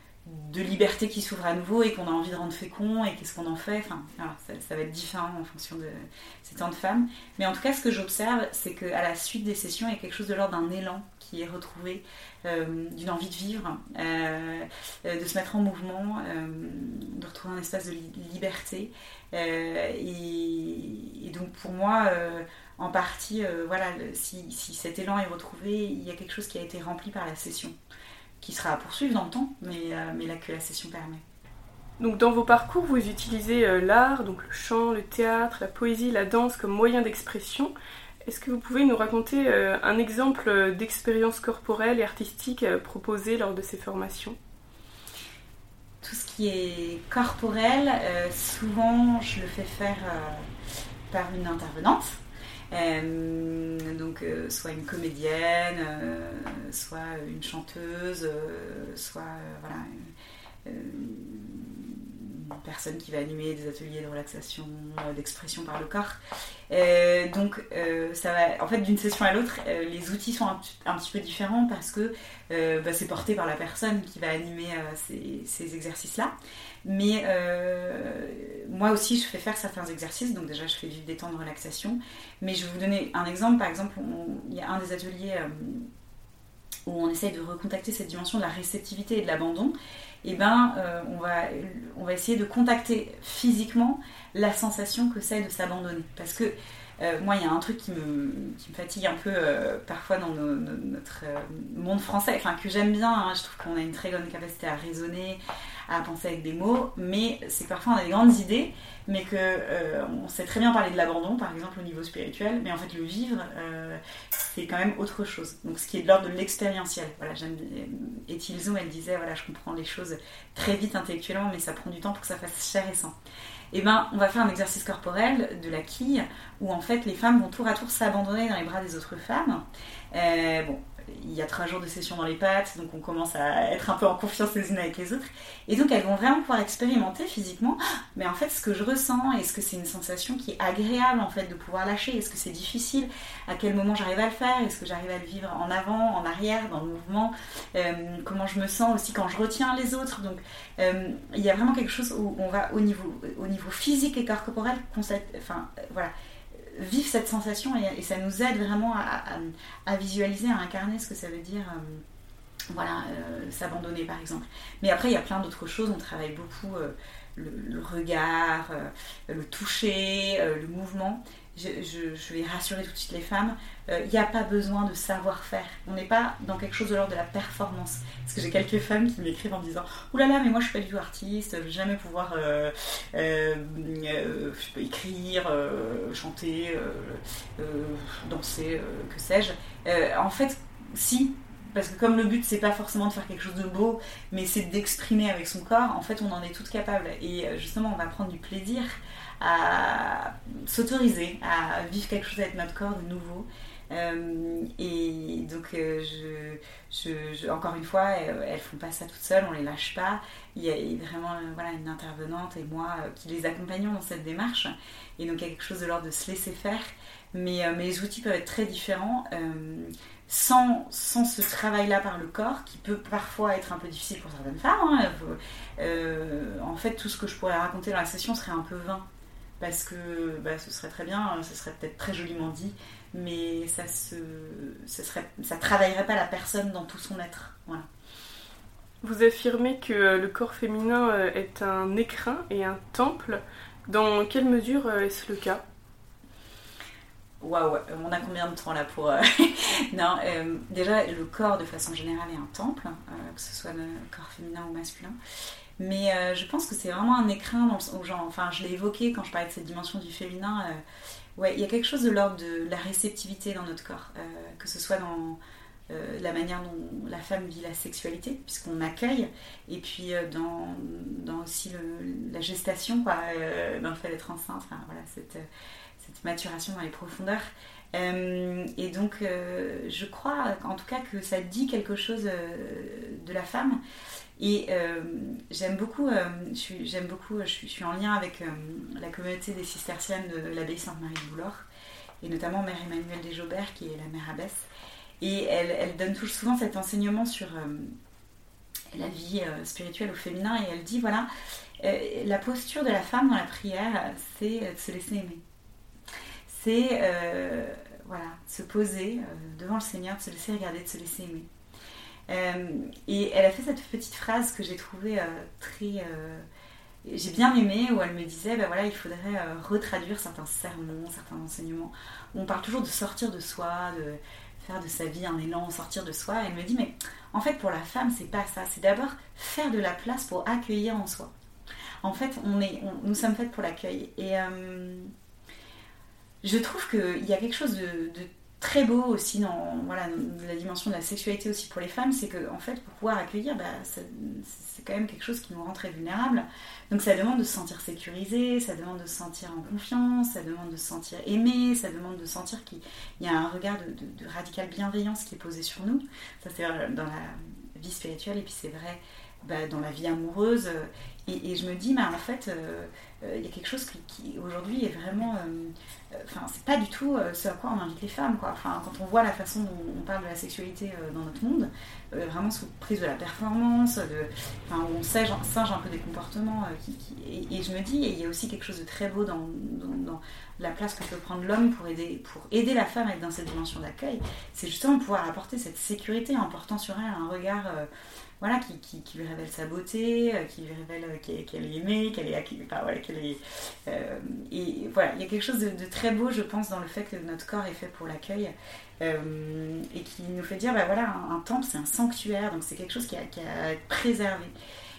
de liberté qui s'ouvre à nouveau et qu'on a envie de rendre fécond, et qu'est-ce qu'on en fait, enfin voilà, ça, ça va être différent en fonction de ces temps de femmes, mais en tout cas ce que j'observe c'est qu'à la suite des sessions il y a quelque chose de l'ordre d'un élan qui est retrouvé, euh, d'une envie de vivre, euh, de se mettre en mouvement, euh, de retrouver un espace de li- liberté, euh, et, et donc pour moi euh, en partie euh, voilà, si, si cet élan est retrouvé, il y a quelque chose qui a été rempli par la session, qui sera à poursuivre dans le temps, mais, euh, mais là que la session permet. Donc dans vos parcours, vous utilisez euh, l'art, donc le chant, le théâtre, la poésie, la danse comme moyen d'expression. Est-ce que vous pouvez nous raconter euh, un exemple d'expérience corporelle et artistique euh, proposée lors de ces formations ? Tout ce qui est corporel, euh, souvent je le fais faire euh, par une intervenante. Euh, donc euh, soit une comédienne, euh, soit une chanteuse, euh, soit euh, voilà, euh, une personne qui va animer des ateliers de relaxation, euh, d'expression par le corps. Euh, donc euh, ça va, en fait d'une session à l'autre, euh, les outils sont un, un petit peu différents parce que euh, bah, c'est porté par la personne qui va animer euh, ces, ces exercices-là. Mais euh, moi aussi, je fais faire certains exercices. Donc déjà, je fais vivre des temps de relaxation. Mais je vais vous donner un exemple. Par exemple, on, il y a un des ateliers euh, où on essaye de recontacter cette dimension de la réceptivité et de l'abandon. Et ben, euh, on va, on va essayer de contacter physiquement la sensation que c'est de s'abandonner. Parce que Euh, moi, il y a un truc qui me, qui me fatigue un peu euh, parfois dans nos, nos, notre euh, monde français, enfin que j'aime bien, hein. Je trouve qu'on a une très grande capacité à raisonner, à penser avec des mots, mais c'est que parfois on a des grandes idées, mais qu'on euh, sait très bien parler de l'abandon, par exemple au niveau spirituel, mais en fait le vivre, euh, c'est quand même autre chose. Donc ce qui est de l'ordre de l'expérientiel. Voilà, j'aime, et Tilson, elle disait, voilà, je comprends les choses très vite intellectuellement, mais ça prend du temps pour que ça fasse chair et sang. Et ben, on va faire un exercice corporel de la quille, où en fait les femmes vont tour à tour s'abandonner dans les bras des autres femmes. Euh, bon, il y a trois jours de session dans les pattes, donc on commence à être un peu en confiance les unes avec les autres. Et donc elles vont vraiment pouvoir expérimenter physiquement, mais en fait ce que je ressens, est-ce que c'est une sensation qui est agréable en fait de pouvoir lâcher? Est-ce que c'est difficile? À quel moment j'arrive à le faire? Est-ce que j'arrive à le vivre en avant, en arrière, dans le mouvement? euh, Comment je me sens aussi quand je retiens les autres? Donc euh, il y a vraiment quelque chose où on va au niveau, au niveau physique et corporel, enfin euh, voilà, vivre cette sensation, et, et ça nous aide vraiment à, à, à visualiser, à incarner ce que ça veut dire, euh, voilà, euh, s'abandonner par exemple. Mais après il y a plein d'autres choses, on travaille beaucoup euh, le, le regard, euh, le toucher, euh, le mouvement. Je, je, je vais rassurer tout de suite les femmes, il euh, n'y a pas besoin de savoir-faire, on n'est pas dans quelque chose de l'ordre de la performance. Parce que j'ai quelques femmes qui m'écrivent en me disant « Ouh là là, mais moi je suis pas du tout artiste, je vais jamais pouvoir euh, euh, euh, je peux écrire, euh, chanter, euh, euh, danser, euh, que sais-je. Euh, » En fait, si, parce que comme le but c'est pas forcément de faire quelque chose de beau, mais c'est d'exprimer avec son corps, en fait on en est toutes capables. Et justement on va prendre du plaisir à s'autoriser à vivre quelque chose avec notre corps de nouveau. Euh, et donc euh, je, je, je, encore une fois, elles, elles font pas ça toutes seules, on les lâche pas. Il y a vraiment euh, voilà, une intervenante et moi euh, qui les accompagnons dans cette démarche, et donc il y a quelque chose de l'ordre de se laisser faire, mais, euh, mais les outils peuvent être très différents, euh, sans, sans ce travail là par le corps qui peut parfois être un peu difficile pour certaines femmes, hein. euh, en fait tout ce que je pourrais raconter dans la session serait un peu vain, parce que bah, ce serait très bien, ce serait peut-être très joliment dit, mais ça se, ça serait, ça travaillerait pas la personne dans tout son être. Voilà. Vous affirmez que le corps féminin est un écrin et un temple. Dans quelle mesure est-ce le cas? Waouh, on a combien de temps là pour... Euh... non, euh, déjà, le corps de façon générale est un temple, euh, que ce soit le corps féminin ou masculin. Mais euh, je pense que c'est vraiment un écrin, dans le, genre, enfin je l'ai évoqué quand je parlais de cette dimension du féminin. Euh, ouais, il y a quelque chose de l'ordre de la réceptivité dans notre corps, euh, que ce soit dans euh, la manière dont la femme vit la sexualité, puisqu'on accueille, et puis euh, dans, dans aussi le, la gestation, quoi, euh, dans le fait d'être enceinte, enfin voilà, cette, cette maturation dans les profondeurs. Euh, et donc euh, je crois en tout cas que ça dit quelque chose euh, de la femme. Et euh, j'aime beaucoup, euh, je suis, j'aime beaucoup, je suis, je suis en lien avec euh, la communauté des cisterciennes de l'abbaye Sainte-Marie de Boulor, et notamment Mère Emmanuelle Desjobert, qui est la mère abbesse. Et elle, elle donne tout, souvent cet enseignement sur euh, la vie euh, spirituelle au féminin, et elle dit, voilà, euh, la posture de la femme dans la prière, c'est de se laisser aimer. C'est, euh, voilà, se poser euh, devant le Seigneur, de se laisser regarder, de se laisser aimer. Euh, et elle a fait cette petite phrase que j'ai trouvée euh, très... Euh, j'ai bien aimé, où elle me disait, ben voilà, il faudrait euh, retraduire certains sermons, certains enseignements, où on parle toujours de sortir de soi, de faire de sa vie un élan, sortir de soi. Et elle me dit, mais en fait pour la femme c'est pas ça, c'est d'abord faire de la place pour accueillir en soi. En fait on est, on, nous sommes faites pour l'accueil. Et euh, je trouve qu'il y a quelque chose de... de très beau aussi dans voilà, la dimension de la sexualité aussi pour les femmes, c'est que en fait pour pouvoir accueillir, bah, ça, c'est quand même quelque chose qui nous rend très vulnérables, donc ça demande de se sentir sécurisé, ça demande de se sentir en confiance, ça demande de se sentir aimé, ça demande de sentir qu'il y a un regard de, de, de radicale bienveillance qui est posé sur nous. Ça c'est dans la vie spirituelle, et puis c'est vrai bah, dans la vie amoureuse, et, et je me dis bah, en fait euh, euh, il y a quelque chose qui, qui aujourd'hui est vraiment euh, enfin euh, c'est pas du tout euh, ce à quoi on invite les femmes, quoi. Enfin, quand on voit la façon dont on parle de la sexualité euh, dans notre monde, euh, vraiment sous prise de la performance, de, enfin, où on singe, singe un peu des comportements euh, qui, qui, et, et je me dis, et il y a aussi quelque chose de très beau dans, dans, dans la place que peut prendre l'homme pour aider, pour aider la femme à être dans cette dimension d'accueil, c'est justement pouvoir apporter cette sécurité en portant sur elle un regard euh, voilà, qui, qui, qui lui révèle sa beauté, qui lui révèle qu'elle, qu'elle est aimée, qu'elle est, enfin, voilà, qu'elle est euh, et voilà, il y a quelque chose de, de très beau, je pense, dans le fait que notre corps est fait pour l'accueil, euh, et qui nous fait dire, bah voilà, un, un temple c'est un sanctuaire, donc c'est quelque chose qui a, qui a à être préservé.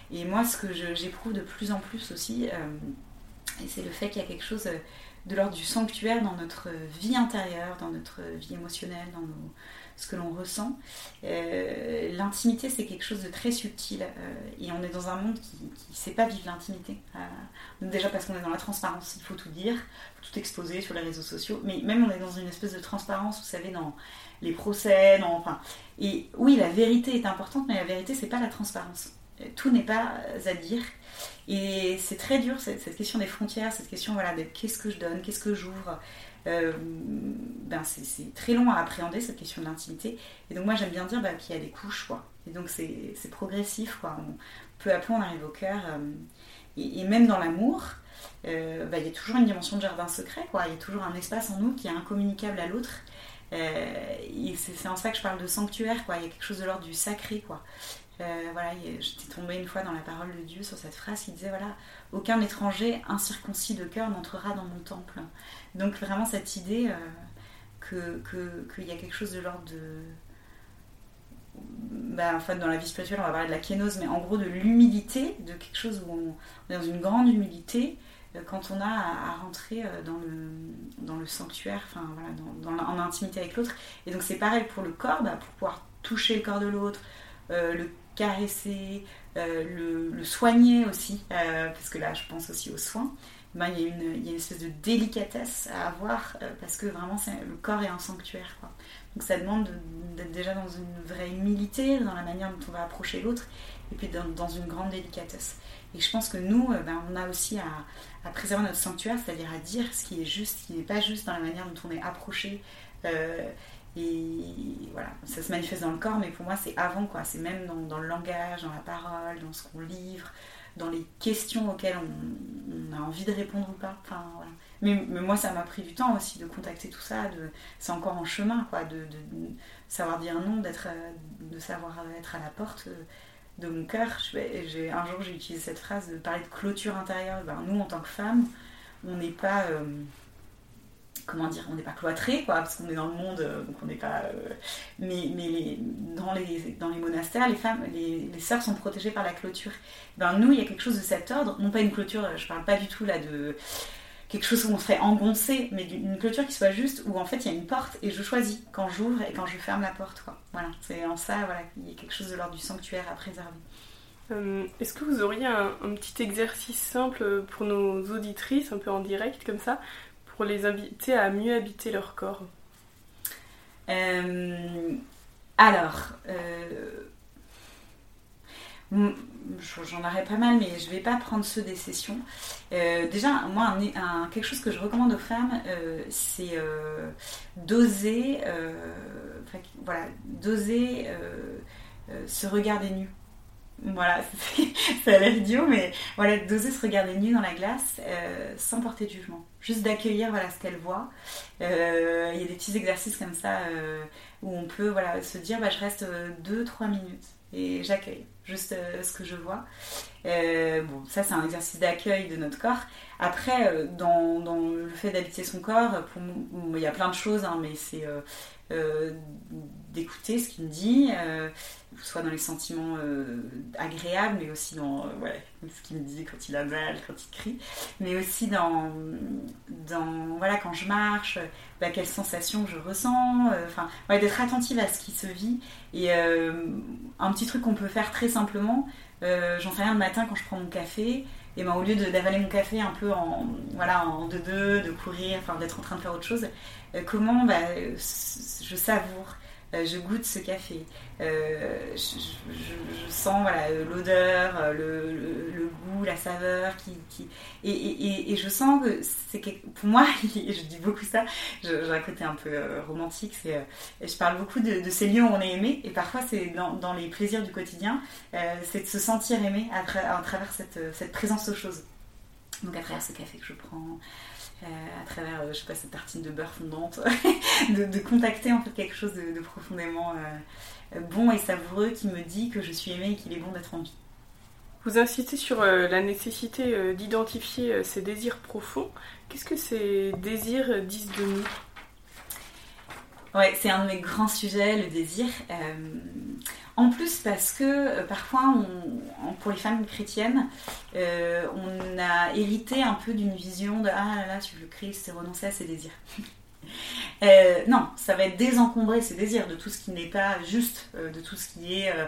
Et moi, ce que je, j'éprouve de plus en plus aussi, euh, et c'est le fait qu'il y a quelque chose de l'ordre du sanctuaire dans notre vie intérieure, dans notre vie émotionnelle, dans nos, ce que l'on ressent. Euh, l'intimité, c'est quelque chose de très subtil. Euh, et on est dans un monde qui ne sait pas vivre l'intimité. Euh, donc déjà parce qu'on est dans la transparence, il faut tout dire, il faut tout exposer sur les réseaux sociaux. Mais même on est dans une espèce de transparence, vous savez, dans les procès, dans, enfin... Et oui, la vérité est importante, mais la vérité, c'est pas la transparence. Tout n'est pas à dire. Et c'est très dur, cette, cette question des frontières, cette question voilà, de qu'est-ce que je donne, qu'est-ce que j'ouvre. Euh, ben c'est, c'est très long à appréhender, cette question de l'intimité. Et donc moi, j'aime bien dire ben, qu'il y a des couches, quoi. Et donc c'est, c'est progressif, quoi. On, peu à peu, on arrive au cœur. Euh, et, et même dans l'amour, euh, ben, il y a toujours une dimension de jardin secret, quoi. Il y a toujours un espace en nous qui est incommunicable à l'autre. Euh, et c'est, c'est en ça que je parle de sanctuaire, quoi. Il y a quelque chose de l'ordre du sacré, quoi. Euh, voilà, j'étais tombée une fois dans la parole de Dieu sur cette phrase qui disait voilà, aucun étranger incirconcis de cœur n'entrera dans mon temple. Donc vraiment cette idée euh, que, que, qu'il y a quelque chose de l'ordre de... Bah, en fait, dans la vie spirituelle, on va parler de la kénose, mais en gros de l'humilité, de quelque chose où on, on est dans une grande humilité euh, quand on a à, à rentrer euh, dans, le, dans le sanctuaire, enfin voilà, dans, dans, en intimité avec l'autre. Et donc c'est pareil pour le corps, bah, pour pouvoir toucher le corps de l'autre, euh, le caresser, euh, le, le soigner aussi, euh, parce que là je pense aussi aux soins, ben, il, y a une, il y a une espèce de délicatesse à avoir, euh, parce que vraiment c'est, le corps est un sanctuaire, quoi. Donc ça demande de, d'être déjà dans une vraie humilité, dans la manière dont on va approcher l'autre, et puis dans, dans une grande délicatesse. Et je pense que nous, euh, ben, on a aussi à, à préserver notre sanctuaire, c'est-à-dire à dire ce qui est juste, ce qui n'est pas juste dans la manière dont on est approché, euh, et voilà, ça se manifeste dans le corps, mais pour moi c'est avant, quoi. C'est même dans, dans le langage, dans la parole, dans ce qu'on livre, dans les questions auxquelles on, on a envie de répondre ou pas. Enfin, voilà. mais, mais moi ça m'a pris du temps aussi de contacter tout ça, de, c'est encore en chemin, quoi, de, de, de savoir dire non, d'être, de savoir être à la porte de mon cœur. J'ai, un jour j'ai utilisé cette phrase de parler de clôture intérieure. Ben, nous en tant que femmes, on n'est pas... Euh, comment dire, on n'est pas cloîtrés, quoi, parce qu'on est dans le monde, donc on n'est pas... Euh, mais mais les, dans, les, dans les monastères, les femmes, les, les sœurs sont protégées par la clôture. Ben nous, il y a quelque chose de cet ordre, non pas une clôture, je parle pas du tout là de quelque chose où on serait engoncé, mais une clôture qui soit juste, où en fait il y a une porte, et je choisis quand j'ouvre et quand je ferme la porte, quoi. Voilà, c'est en ça, voilà, il y a quelque chose de l'ordre du sanctuaire à préserver. Euh, est-ce que vous auriez un, un petit exercice simple pour nos auditrices, un peu en direct comme ça, pour les inviter à mieux habiter leur corps? euh, Alors, euh, j'en aurais pas mal, mais je vais pas prendre ceux des sessions. Euh, déjà, moi, un, un, quelque chose que je recommande aux femmes, euh, c'est euh, d'oser, euh, voilà, d'oser euh, euh, se regarder nu. Voilà, ça a l'air idiot, mais voilà, d'oser se regarder nue dans la glace euh, sans porter de jugement. Juste d'accueillir voilà, ce qu'elle voit. Euh, il y a des petits exercices comme ça euh, où on peut voilà, se dire bah, je reste deux trois minutes et j'accueille juste euh, ce que je vois. Euh, bon, ça c'est un exercice d'accueil de notre corps. Après, euh, dans, dans le fait d'habiter son corps, pour moi, il y a plein de choses, hein, mais c'est euh, euh, d'écouter ce qu'il me dit, euh, soit dans les sentiments euh, agréables, mais aussi dans euh, ouais, ce qu'il me dit quand il a mal, quand il crie, mais aussi dans, dans voilà, quand je marche, bah, quelles sensations je ressens, enfin, euh, ouais, d'être attentive à ce qui se vit. Et euh, un petit truc qu'on peut faire très simplement, euh, j'en sais rien le matin quand je prends mon café, et ben, au lieu de, d'avaler mon café un peu en, voilà, en deux-deux, de courir, enfin, d'être en train de faire autre chose, euh, comment bah, je savoure, euh, je goûte ce café, euh, je, je, je sens voilà, l'odeur, le, le, le goût, la saveur, qui, qui... Et, et, et je sens que c'est quelque... pour moi, et je dis beaucoup ça, j'ai un côté un peu euh, romantique, c'est, euh, je parle beaucoup de, de ces lieux où on est aimé, et parfois c'est dans, dans les plaisirs du quotidien, euh, c'est de se sentir aimé à, tra- à travers cette, cette présence aux choses. Donc à travers ce café que je prends, Euh, à travers, euh, je sais pas, cette tartine de beurre fondante, de, de contacter en fait quelque chose de, de profondément euh, bon et savoureux qui me dit que je suis aimée et qu'il est bon d'être en vie. Vous insistez sur euh, la nécessité euh, d'identifier euh, ces désirs profonds. Qu'est-ce que ces désirs disent de nous ? Ouais, c'est un de mes grands sujets, le désir. Euh, En plus, parce que euh, parfois, on, pour les femmes chrétiennes, euh, on a hérité un peu d'une vision de « Ah là là, tu veux le Christ, c'est renoncer à ses désirs ». Euh, non, ça va être désencombrer ses désirs de tout ce qui n'est pas juste, euh, de tout ce qui est euh,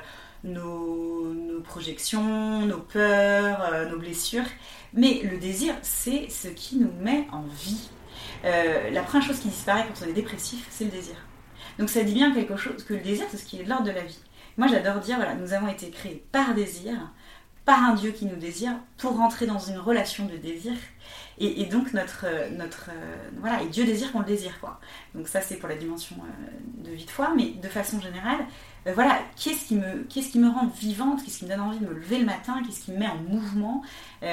nos, nos projections, nos peurs, euh, nos blessures. Mais le désir, c'est ce qui nous met en vie. Euh, la première chose qui disparaît quand on est dépressif, c'est le désir. Donc ça dit bien quelque chose, que le désir, c'est ce qui est de l'ordre de la vie. Moi, j'adore dire, voilà, nous avons été créés par désir, par un Dieu qui nous désire, pour rentrer dans une relation de désir. Et, et donc, notre, notre, euh, voilà, et Dieu désire qu'on le désire, quoi. Donc ça, c'est pour la dimension euh, de vie de foi, mais de façon générale, euh, voilà, qu'est-ce qui me, qu'est-ce qui me rend vivante, qu'est-ce qui me donne envie de me lever le matin, qu'est-ce qui me met en mouvement.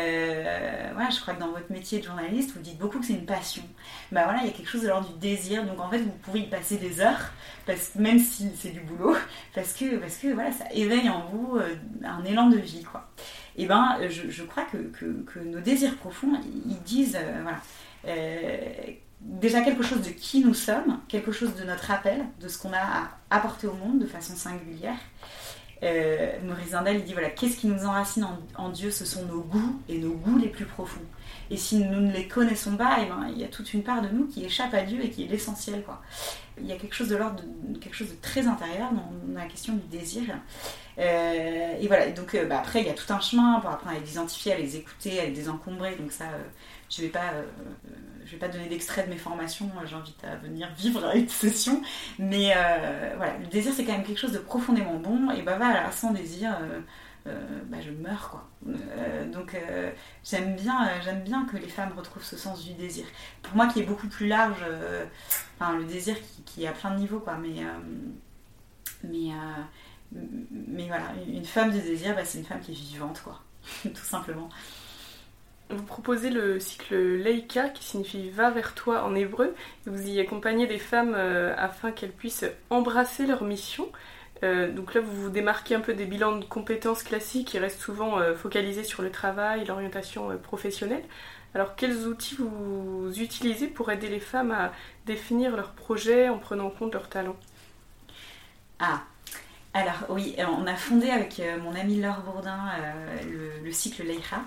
Euh, voilà, je crois que dans votre métier de journaliste, vous dites beaucoup que c'est une passion. Bah voilà, il y a quelque chose de l'ordre du désir, donc en fait, vous pouvez y passer des heures, parce, même si c'est du boulot, parce que, parce que voilà, ça éveille en vous euh, un élan de vie, quoi. Et ben, je, je crois que, que, que nos désirs profonds, ils disent, euh, voilà, euh, déjà quelque chose de qui nous sommes, quelque chose de notre appel, de ce qu'on a à apporter au monde de façon singulière. Euh, Maurice Zindel, il dit, voilà, qu'est-ce qui nous enracine en, en Dieu, ce sont nos goûts et nos goûts les plus profonds. Et si nous ne les connaissons pas, et ben, il y a toute une part de nous qui échappe à Dieu et qui est l'essentiel, quoi. Il y a quelque chose de l'ordre de quelque chose de très intérieur dans la question du désir. Euh, et voilà, donc euh, bah, après il y a tout un chemin pour apprendre à les identifier, à les écouter, à les désencombrer. Donc ça, euh, je vais pas, euh, je vais pas donner d'extrait de mes formations. J'invite à venir vivre à une session. Mais euh, voilà, le désir c'est quand même quelque chose de profondément bon. Et bah voilà, sans désir. Euh, Euh, bah, je meurs, quoi. Euh, donc euh, j'aime bien, euh, j'aime bien que les femmes retrouvent ce sens du désir. Pour moi, qui est beaucoup plus large, euh, enfin le désir qui, qui est à plein de niveaux, quoi. Mais euh, mais euh, mais voilà, une femme de désir, bah, c'est une femme qui est vivante, quoi. Tout simplement. Vous proposez le cycle Leïka, qui signifie « va vers toi » en hébreu. Vous y accompagnez des femmes euh, afin qu'elles puissent embrasser leur mission. Euh, donc là, vous vous démarquez un peu des bilans de compétences classiques qui restent souvent euh, focalisés sur le travail, l'orientation euh, professionnelle. Alors, quels outils vous utilisez pour aider les femmes à définir leurs projets en prenant en compte leurs talents ? Ah, alors oui, on a fondé avec mon amie Laure Bourdin euh, le, le cycle Leïcha.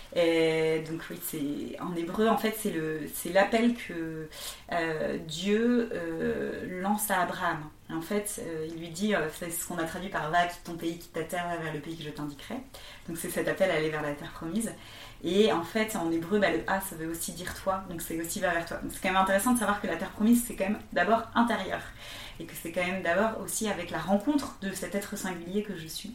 Et donc oui, c'est, en hébreu, en fait, c'est, le, c'est l'appel que euh, Dieu euh, lance à Abraham. En fait, euh, il lui dit, euh, c'est ce qu'on a traduit par « va, quitte ton pays, quitte ta terre, va vers le pays que je t'indiquerai ». Donc c'est cet appel à aller vers la terre promise. Et en fait, en hébreu, bah, le « a » ça veut aussi dire « toi », donc c'est aussi « va vers toi ». Donc c'est quand même intéressant de savoir que la terre promise, c'est quand même d'abord intérieur. Et que c'est quand même d'abord aussi avec la rencontre de cet être singulier que je suis.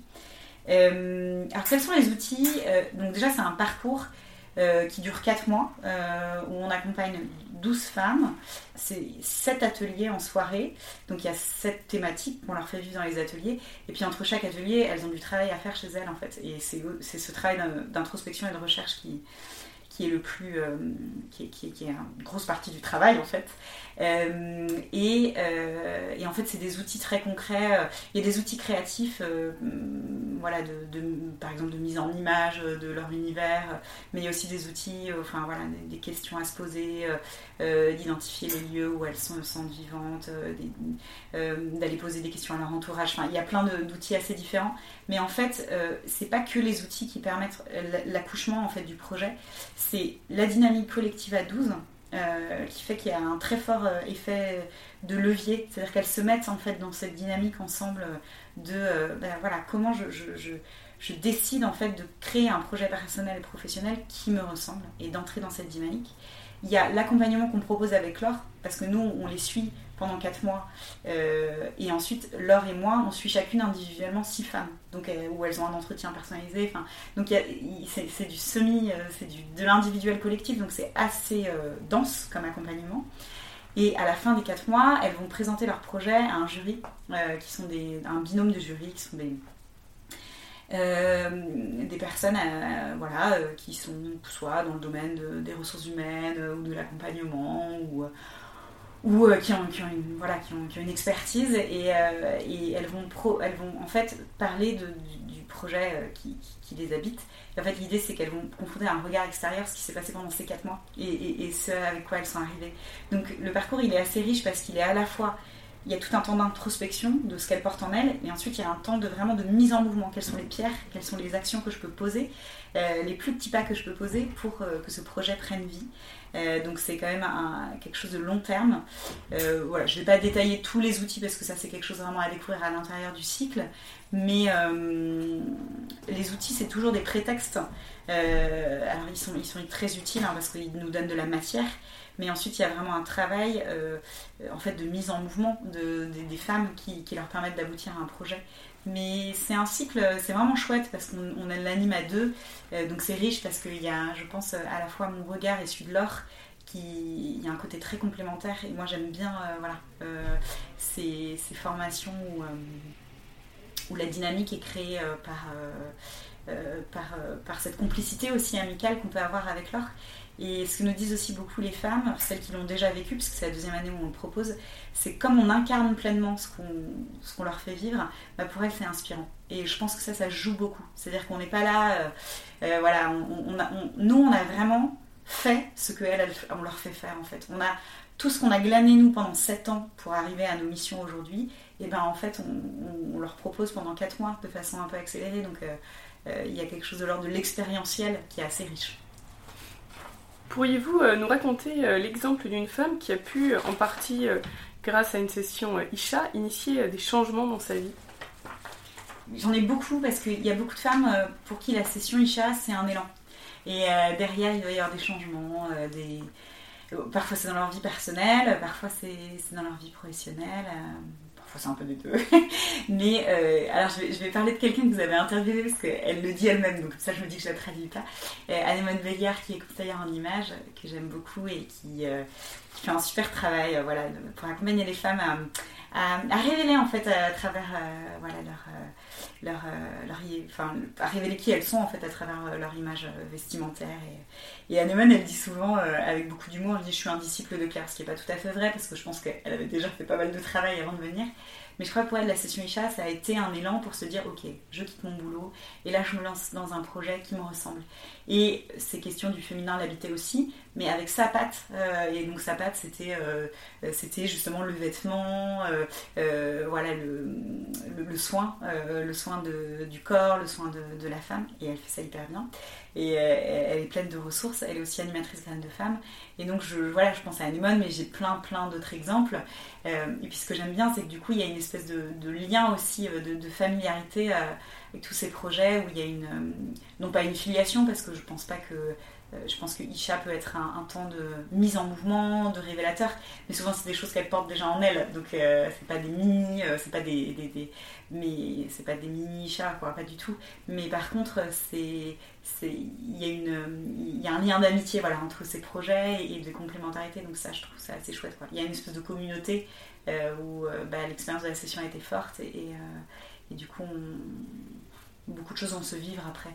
Euh, alors quels sont les outils ? euh, Donc déjà, c'est un parcours euh, qui dure quatre mois, euh, où on accompagne douze femmes. C'est sept ateliers en soirée, donc il y a sept thématiques qu'on leur fait vivre dans les ateliers. Et puis entre chaque atelier, elles ont du travail à faire chez elles, en fait. Et c'est, c'est ce travail d'introspection et de recherche qui... qui est le plus euh, qui, est, qui, est, qui est une grosse partie du travail en fait euh, et, euh, et en fait c'est des outils très concrets. Il y a des outils créatifs euh, voilà de, de, par exemple de mise en image de leur univers, mais il y a aussi des outils euh, enfin voilà des, des questions à se poser, euh, d'identifier les lieux où elles sont, sentent vivantes, euh, des, euh, d'aller poser des questions à leur entourage. Enfin, il y a plein de, d'outils assez différents, mais en fait euh, c'est pas que les outils qui permettent l'accouchement en fait du projet. C'est la dynamique collective à douze euh, qui fait qu'il y a un très fort euh, effet de levier, c'est-à-dire qu'elles se mettent en fait dans cette dynamique ensemble de euh, ben, voilà, comment je, je, je, je décide en fait de créer un projet personnel et professionnel qui me ressemble et d'entrer dans cette dynamique. Il y a l'accompagnement qu'on propose avec Laure, parce que nous on les suit pendant quatre mois euh, et ensuite Laure et moi on suit chacune individuellement six femmes, donc euh, où elles ont un entretien personnalisé, enfin, donc il y a, c'est, c'est du semi euh, c'est du, de l'individuel collectif, donc c'est assez euh, dense comme accompagnement. Et à la fin des quatre mois elles vont présenter leur projet à un jury euh, qui sont des, un binôme de jury qui sont des Euh, des personnes euh, voilà, euh, qui sont soit dans le domaine de, des ressources humaines euh, ou de l'accompagnement ou, euh, ou euh, qui, ont, qui, ont une, voilà, qui, ont, qui ont une expertise et, euh, et elles, vont pro, elles vont en fait parler de, du, du projet euh, qui, qui, qui les habite. Et en fait l'idée c'est qu'elles vont confronter à un regard extérieur ce qui s'est passé pendant ces quatre mois et, et, et ce avec quoi elles sont arrivées. Donc le parcours il est assez riche parce qu'il est à la fois il y a tout un temps d'introspection de ce qu'elle porte en elle, et ensuite il y a un temps de vraiment de mise en mouvement. Quelles sont les pierres, quelles sont les actions que je peux poser, euh, les plus petits pas que je peux poser pour euh, que ce projet prenne vie. Euh, donc c'est quand même un, quelque chose de long terme. Euh, voilà, je ne vais pas détailler tous les outils parce que ça c'est quelque chose vraiment à découvrir à l'intérieur du cycle, mais euh, les outils c'est toujours des prétextes. Euh, alors ils sont, ils sont très utiles hein, parce qu'ils nous donnent de la matière, mais ensuite il y a vraiment un travail euh, en fait, de mise en mouvement de, de, des femmes qui, qui leur permettent d'aboutir à un projet. Mais c'est un cycle, c'est vraiment chouette parce qu'on on l'anime à deux, euh, donc c'est riche parce qu'il y a, je pense, à la fois mon regard et celui de Laure, qui, il y a un côté très complémentaire, et moi j'aime bien euh, voilà, euh, ces, ces formations où, euh, où la dynamique est créée euh, par, euh, euh, par, euh, par cette complicité aussi amicale qu'on peut avoir avec Laure. Et ce que nous disent aussi beaucoup les femmes, celles qui l'ont déjà vécu, puisque c'est la deuxième année où on le propose, c'est comme on incarne pleinement ce qu'on, ce qu'on leur fait vivre, bah pour elles c'est inspirant. Et je pense que ça, ça joue beaucoup. C'est-à-dire qu'on n'est pas là, euh, euh, voilà, on, on a, on, nous on a vraiment fait ce qu'elles, on leur fait faire en fait. On a tout ce qu'on a glané nous pendant sept ans pour arriver à nos missions aujourd'hui, et ben en fait on, on, on leur propose pendant quatre mois de façon un peu accélérée. Donc euh, euh, il y a quelque chose de l'ordre de l'expérientiel qui est assez riche. Pourriez-vous euh, nous raconter euh, l'exemple d'une femme qui a pu, en partie euh, grâce à une session euh, Isha, initier euh, des changements dans sa vie ? J'en ai beaucoup parce qu'il y a beaucoup de femmes euh, pour qui la session Isha c'est un élan. Et euh, derrière il va y avoir des changements, euh, des... parfois c'est dans leur vie personnelle, parfois c'est, c'est dans leur vie professionnelle. Euh... C'est un peu des deux. Mais euh, alors je vais, je vais parler de quelqu'un que vous avez interviewé parce qu'elle le dit elle-même, donc ça je me dis que je la traduis pas. Euh, Anémone Béliard, qui est conseillère en images, que j'aime beaucoup et qui, euh, qui fait un super travail euh, voilà, pour accompagner les femmes à, à, à révéler en fait à travers euh, voilà, leur, euh, leur, euh, leur, enfin, à révéler qui elles sont en fait à travers euh, leur image vestimentaire. Et, et Anémone, elle dit souvent euh, avec beaucoup d'humour, elle dit je suis un disciple de Claire, ce qui n'est pas tout à fait vrai parce que je pense qu'elle avait déjà fait pas mal de travail avant de venir. Mais je crois que pour elle, la session Isha, ça a été un élan pour se dire ok, je quitte mon boulot et là je me lance dans un projet qui me ressemble. Et ces questions du féminin l'habitaient aussi, mais avec sa patte. Euh, et donc sa patte, c'était, euh, c'était justement le vêtement, euh, euh, voilà, le, le, le soin, euh, le soin de, du corps, le soin de, de la femme. Et elle fait ça hyper bien. Et euh, elle est pleine de ressources. Elle est aussi animatrice Graines de Femmes. Et donc je, voilà, je pense à Anémone, mais j'ai plein plein d'autres exemples. Euh, et puis ce que j'aime bien, c'est que du coup, il y a une espèce de, de lien aussi, de, de familiarité euh, avec tous ces projets où il y a une, euh, non pas une filiation, parce que je pense pas que, euh, je pense que Isha peut être un, un temps de mise en mouvement, de révélateur, mais souvent c'est des choses qu'elle porte déjà en elle, donc euh, c'est pas des mini, euh, c'est pas des, des, des mais c'est pas des mini Isha, quoi, pas du tout. Mais par contre, c'est, c'est, il y a une, il y a un lien d'amitié, voilà, entre ces projets et de complémentarité, donc ça, je trouve ça assez chouette, quoi. Il y a une espèce de communauté euh, où euh, bah, l'expérience de la session a été forte et, et, euh, et du coup, on, beaucoup de choses vont se vivre après.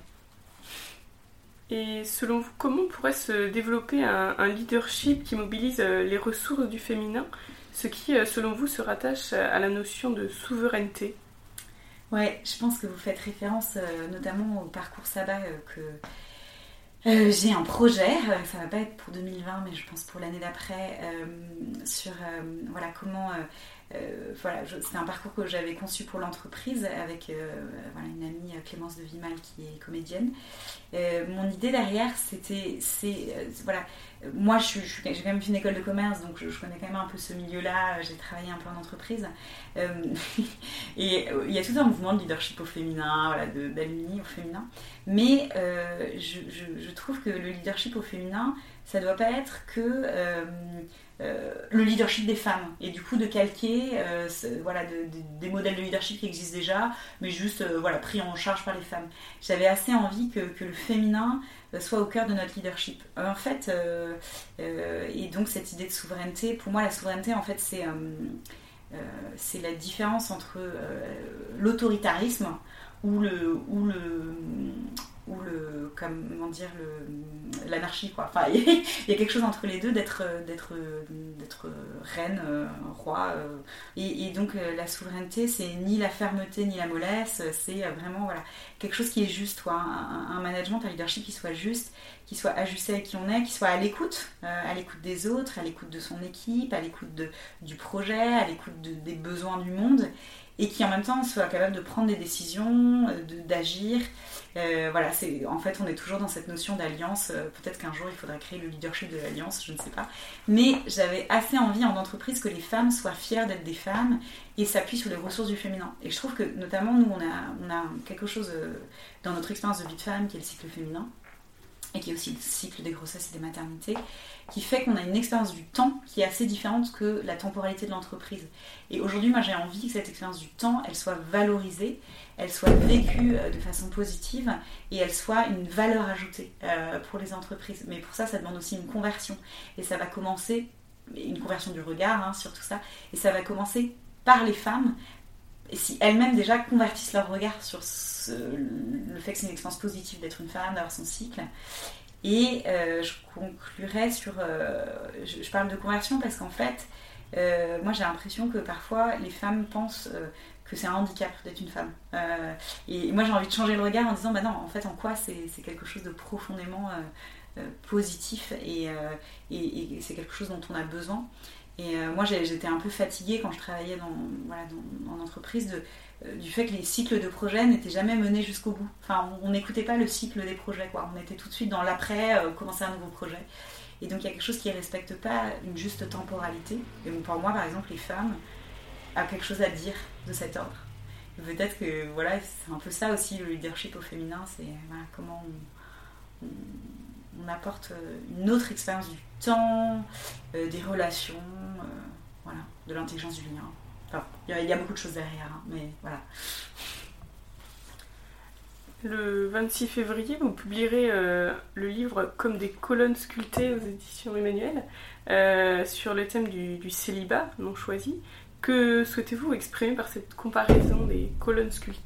Et selon vous, comment pourrait se développer un, un leadership qui mobilise les ressources du féminin, ce qui, selon vous, se rattache à la notion de souveraineté ? Ouais, je pense que vous faites référence euh, notamment au parcours Sabbat euh, que euh, j'ai un projet, euh, ça va pas être pour deux mille vingt, mais je pense pour l'année d'après, euh, sur euh, voilà comment. Euh, Euh, voilà, je, c'est un parcours que j'avais conçu pour l'entreprise avec euh, voilà, une amie, Clémence de Vimal, qui est comédienne. Euh, mon idée derrière, c'était, c'est, euh, voilà, moi je, je, j'ai quand même fait une école de commerce, donc je, je connais quand même un peu ce milieu-là, j'ai travaillé un peu en entreprise. Euh, et euh, il y a tout un mouvement de leadership au féminin, voilà, de, d'alumni au féminin. Mais euh, je, je, je trouve que le leadership au féminin, ça ne doit pas être que euh, euh, le leadership des femmes, et du coup de calquer euh, voilà, de, de, des modèles de leadership qui existent déjà, mais juste euh, voilà, pris en charge par les femmes. J'avais assez envie que, que le féminin soit au cœur de notre leadership. En fait, euh, euh, et donc cette idée de souveraineté, pour moi la souveraineté en fait c'est, euh, euh, c'est la différence entre euh, l'autoritarisme ou le, ou le ou le, comment dire, le, l'anarchie, quoi. Enfin, il y a quelque chose entre les deux, d'être, d'être, d'être reine, euh, roi. Euh, et, et donc, euh, la souveraineté, c'est ni la fermeté, ni la mollesse, c'est vraiment, voilà, quelque chose qui est juste, quoi. Un, un management, un leadership qui soit juste, qui soit ajusté à qui on est, qui soit à l'écoute, euh, à l'écoute des autres, à l'écoute de son équipe, à l'écoute de, du projet, à l'écoute de, des besoins du monde, et qui en même temps soit capable de prendre des décisions, de, d'agir. Euh, voilà, c'est, en fait, on est toujours dans cette notion d'alliance. Euh, peut-être qu'un jour, il faudra créer le leadership de l'alliance, je ne sais pas. Mais j'avais assez envie en entreprise que les femmes soient fières d'être des femmes et s'appuient sur les ressources du féminin. Et je trouve que, notamment, nous, on a, on a quelque chose euh, dans notre expérience de vie de femme qui est le cycle féminin, et qui est aussi le cycle des grossesses et des maternités, qui fait qu'on a une expérience du temps qui est assez différente que la temporalité de l'entreprise. Et aujourd'hui, moi, j'ai envie que cette expérience du temps, elle soit valorisée, elle soit vécue de façon positive, et elle soit une valeur ajoutée euh, pour les entreprises. Mais pour ça, ça demande aussi une conversion. Et ça va commencer, une conversion du regard, hein, sur tout ça, et ça va commencer par les femmes, et si elles-mêmes déjà convertissent leur regard sur ce, le fait que c'est une expérience positive d'être une femme, d'avoir son cycle. Et euh, je conclurai sur... Euh, je, je parle de conversion parce qu'en fait, euh, moi j'ai l'impression que parfois les femmes pensent euh, que c'est un handicap d'être une femme. Euh, et moi j'ai envie de changer le regard en disant, bah non, en fait en quoi c'est, c'est quelque chose de profondément euh, euh, positif et, euh, et, et c'est quelque chose dont on a besoin. Et euh, moi, j'étais un peu fatiguée quand je travaillais dans, voilà, dans, en entreprise de, euh, du fait que les cycles de projets n'étaient jamais menés jusqu'au bout. Enfin, on n'écoutait pas le cycle des projets, quoi. On était tout de suite dans l'après, euh, commencer un nouveau projet. Et donc, il y a quelque chose qui ne respecte pas une juste temporalité. Et donc, pour moi, par exemple, les femmes ont quelque chose à dire de cet ordre. Et peut-être que, voilà, c'est un peu ça aussi, le leadership au féminin, c'est voilà, comment on... on on apporte une autre expérience du temps, euh, des relations, euh, voilà, de l'intelligence du lien. Enfin, il y, y a beaucoup de choses derrière, hein, mais voilà. Le vingt-six février, vous publierez euh, le livre Comme des colonnes sculptées aux éditions Emmanuel euh, sur le thème du, du célibat non choisi. Que souhaitez-vous exprimer par cette comparaison des colonnes sculptées ?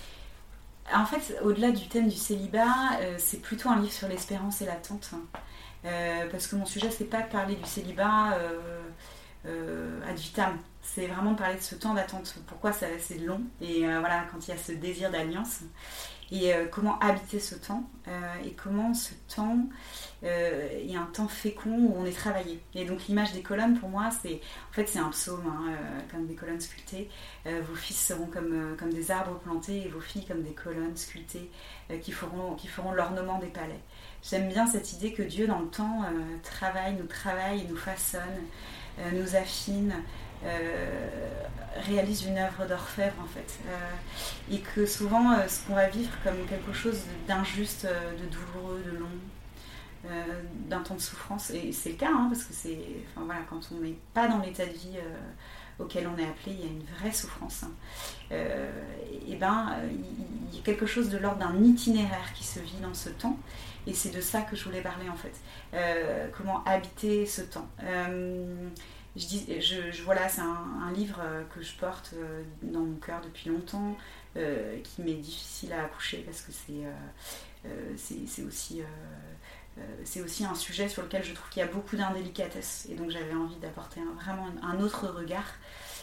En fait, au-delà du thème du célibat, euh, c'est plutôt un livre sur l'espérance et l'attente. Hein. Euh, parce que mon sujet, c'est pas de parler du célibat euh, euh, ad vitam. C'est vraiment de parler de ce temps d'attente. Pourquoi ça, c'est long et euh, voilà, quand il y a ce désir d'alliance. Et euh, comment habiter ce temps euh, et comment ce temps euh, est un temps fécond où on est travaillé. Et donc l'image des colonnes pour moi c'est en fait c'est un psaume hein, euh, comme des colonnes sculptées. Euh, vos fils seront comme, euh, comme des arbres plantés et vos filles comme des colonnes sculptées euh, qui, feront, qui feront l'ornement des palais. J'aime bien cette idée que Dieu dans le temps euh, travaille, nous travaille et nous façonne, euh, nous affine. Euh, réalise une œuvre d'orfèvre en fait euh, et que souvent euh, ce qu'on va vivre comme quelque chose d'injuste, euh, de douloureux, de long, euh, d'un temps de souffrance et c'est le cas hein, parce que c'est, enfin, voilà, quand on n'est pas dans l'état de vie euh, auquel on est appelé, il y a une vraie souffrance hein. euh, et ben il y, y a quelque chose de l'ordre d'un itinéraire qui se vit dans ce temps et c'est de ça que je voulais parler en fait euh, comment habiter ce temps euh, Je dis, je, je, voilà, c'est un, un livre que je porte dans mon cœur depuis longtemps, euh, qui m'est difficile à accoucher parce que c'est, euh, euh, c'est, c'est, aussi, euh, euh, c'est aussi un sujet sur lequel je trouve qu'il y a beaucoup d'indélicatesse. Et donc j'avais envie d'apporter un, vraiment un autre regard.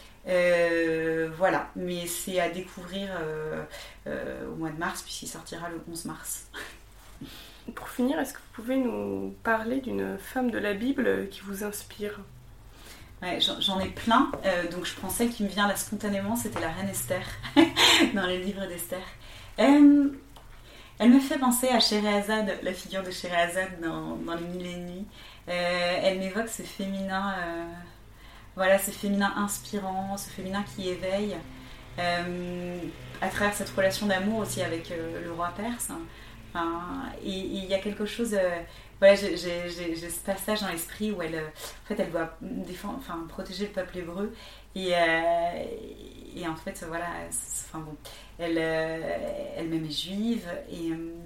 Euh, voilà, mais c'est à découvrir euh, euh, au mois de mars, puisqu'il sortira le onze mars. Pour finir, est-ce que vous pouvez nous parler d'une femme de la Bible qui vous inspire ? Ouais, j'en, j'en ai plein, euh, donc je prends celle qui me vient là spontanément, c'était la reine Esther, dans les livres d'Esther. Euh, elle me fait penser à Scheherazade, la figure de Scheherazade dans, dans Les Mille et Une Nuits. Euh, elle m'évoque ce féminin, euh, voilà, ce féminin inspirant, ce féminin qui éveille, euh, à travers cette relation d'amour aussi avec euh, le roi perse. Enfin, et il y a quelque chose... Euh, Voilà, j'ai, j'ai, j'ai, j'ai ce passage dans l'esprit où elle, en fait, elle doit défendre, enfin, protéger le peuple hébreu et, euh, et en fait, voilà, enfin bon, elle, euh, elle-même est juive et,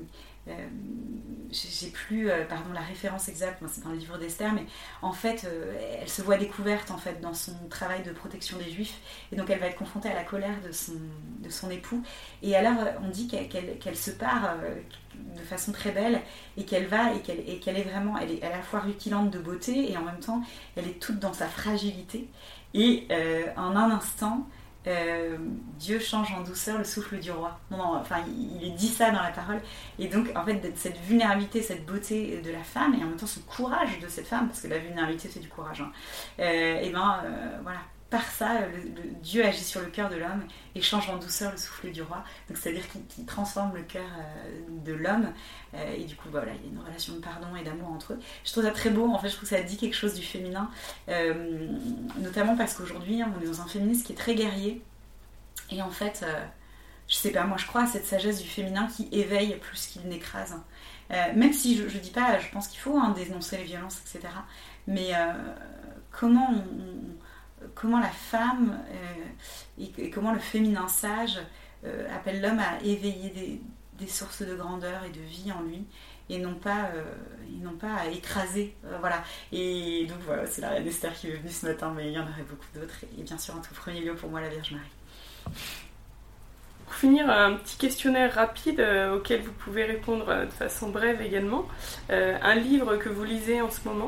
euh, j'ai plus euh, pardon, la référence exacte, moi, c'est dans le livre d'Esther, mais en fait, euh, elle se voit découverte en fait, dans son travail de protection des Juifs, et donc elle va être confrontée à la colère de son, de son époux. Et alors, on dit qu'elle, qu'elle, qu'elle se part euh, de façon très belle, et qu'elle va, et qu'elle, et qu'elle est vraiment, elle est, elle est à la fois rutilante de beauté, et en même temps, elle est toute dans sa fragilité. Et euh, en un instant, Euh, Dieu change en douceur le souffle du roi. Non, non, enfin, il, il est dit ça dans la parole. Et donc, en fait, cette vulnérabilité, cette beauté de la femme, et en même temps ce courage de cette femme, parce que la vulnérabilité, c'est du courage. Hein. Euh, et ben, euh, voilà. Par ça, le, le, Dieu agit sur le cœur de l'homme et change en douceur le souffle du roi. Donc, c'est-à-dire qu'il, qu'il transforme le cœur euh, de l'homme. Euh, et du coup, bah, voilà, il y a une relation de pardon et d'amour entre eux. Je trouve ça très beau. En fait, je trouve que ça dit quelque chose du féminin. Euh, notamment parce qu'aujourd'hui, on est dans un féminisme qui est très guerrier. Et en fait, euh, je sais pas, moi je crois à cette sagesse du féminin qui éveille plus qu'il n'écrase. Euh, même si je, je dis pas, je pense qu'il faut hein, dénoncer les violences, et cetera. Mais euh, comment on, on comment la femme euh, et, et comment le féminin sage euh, appelle l'homme à éveiller des, des sources de grandeur et de vie en lui, et non pas, euh, et non pas à écraser. Euh, voilà. Et donc voilà, c'est la reine Esther qui est venue ce matin, mais il y en aurait beaucoup d'autres. Et bien sûr, en tout premier lieu, pour moi, la Vierge Marie. Pour finir, un petit questionnaire rapide euh, auquel vous pouvez répondre euh, de façon brève également. Euh, un livre que vous lisez en ce moment ?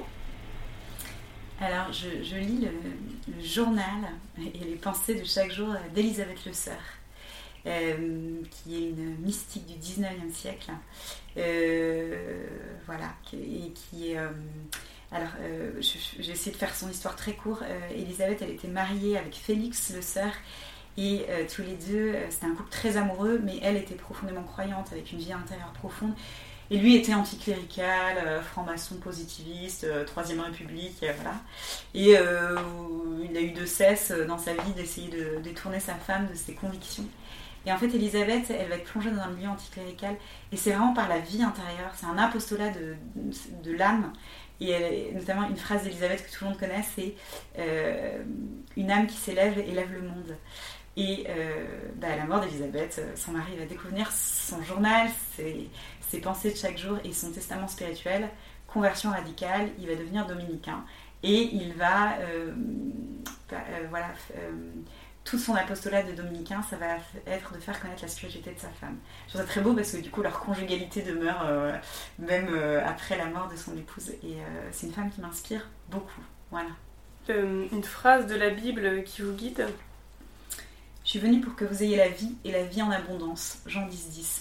Alors, je, je lis le, le journal et les pensées de chaque jour d'Elisabeth Le Sœur, euh, qui est une mystique du dix-neuvième siècle. Euh, voilà, et qui est... Euh, alors, euh, je, j'ai essayé de faire son histoire très courte. Euh, Elisabeth, elle était mariée avec Félix Le Sœur, et euh, tous les deux, euh, c'était un couple très amoureux, mais elle était profondément croyante, avec une vie intérieure profonde. Et lui était anticlérical, euh, franc-maçon positiviste, euh, Troisième République, euh, voilà. Et euh, il a eu de cesse euh, dans sa vie d'essayer de détourner sa femme de ses convictions. Et en fait, Elisabeth, elle va être plongée dans un milieu anticlérical, et c'est vraiment par la vie intérieure, c'est un apostolat de, de, de l'âme. Et elle, notamment une phrase d'Elisabeth que tout le monde connaît, c'est euh, « Une âme qui s'élève élève le monde ». Et euh, bah, à la mort d'Elisabeth, son mari va découvrir son journal, ses, ses pensées de chaque jour et son testament spirituel. Conversion radicale, il va devenir dominicain. Et il va, euh, bah, euh, voilà, euh, tout son apostolat de dominicain, ça va être de faire connaître la spiritualité de sa femme. Je trouve ça très beau parce que du coup, leur conjugalité demeure euh, même euh, après la mort de son épouse. Et euh, c'est une femme qui m'inspire beaucoup. Voilà. Euh, une phrase de la Bible qui vous guide ? Je suis venue pour que vous ayez la vie et la vie en abondance. Jean dix, dix.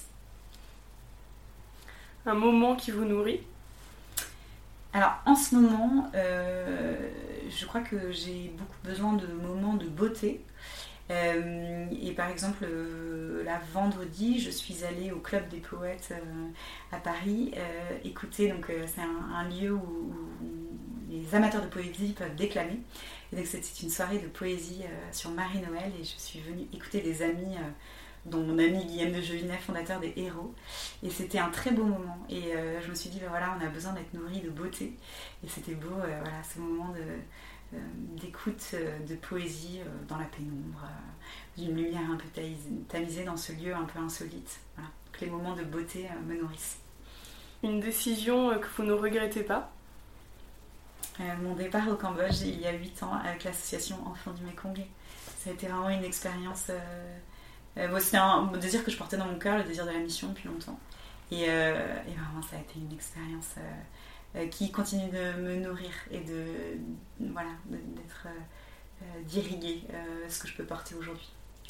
Un moment qui vous nourrit ? Alors, en ce moment, euh, je crois que j'ai beaucoup besoin de moments de beauté. Euh, et par exemple, euh, là, vendredi, je suis allée au Club des Poètes euh, à Paris. Euh, écoutez, donc, euh, c'est un, un lieu où, où les amateurs de poésie peuvent déclamer. Et donc, c'est une soirée de poésie euh, sur Marie-Noël, et je suis venue écouter des amis, euh, dont mon ami Guillaume de Jolinet, fondateur des Héros. Et c'était un très beau moment. Et euh, je me suis dit, ben voilà, on a besoin d'être nourris de beauté. Et c'était beau, euh, voilà, ce moment de, euh, d'écoute, euh, de poésie euh, dans la pénombre, euh, d'une lumière un peu tamisée dans ce lieu un peu insolite. Voilà. Donc les moments de beauté euh, me nourrissent. Une décision que vous ne regrettez pas ? Euh, mon départ au Cambodge il y a huit ans avec l'association Enfants du Mékong. Ça a été vraiment une expérience. Euh, euh, bon, c'était un désir que je portais dans mon cœur, le désir de la mission depuis longtemps. Et, euh, et vraiment, ça a été une expérience euh, euh, qui continue de me nourrir et de, voilà, de, d'être euh, d'irriguer euh, ce que je peux porter aujourd'hui.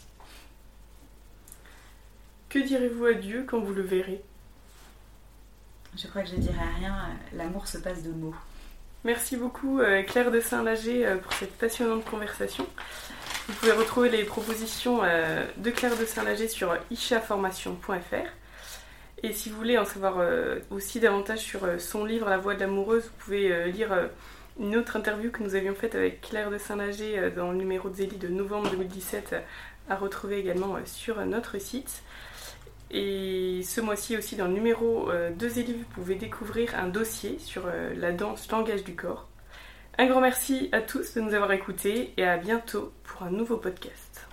Que direz-vous à Dieu quand vous le verrez ? Je crois que je ne dirai rien. L'amour se passe de mots. Merci beaucoup Claire de Saint-Lager pour cette passionnante conversation. Vous pouvez retrouver les propositions de Claire de Saint-Lager sur isha formation point f r. Et si vous voulez en savoir aussi davantage sur son livre La Voix de l'amoureuse, vous pouvez lire une autre interview que nous avions faite avec Claire de Saint-Lager dans le numéro de Zélie de novembre deux mille dix-sept, à retrouver également sur notre site. Et ce mois-ci aussi, dans le numéro de Zélie, vous pouvez découvrir un dossier sur la danse langage du corps. Un grand merci à tous de nous avoir écoutés et à bientôt pour un nouveau podcast.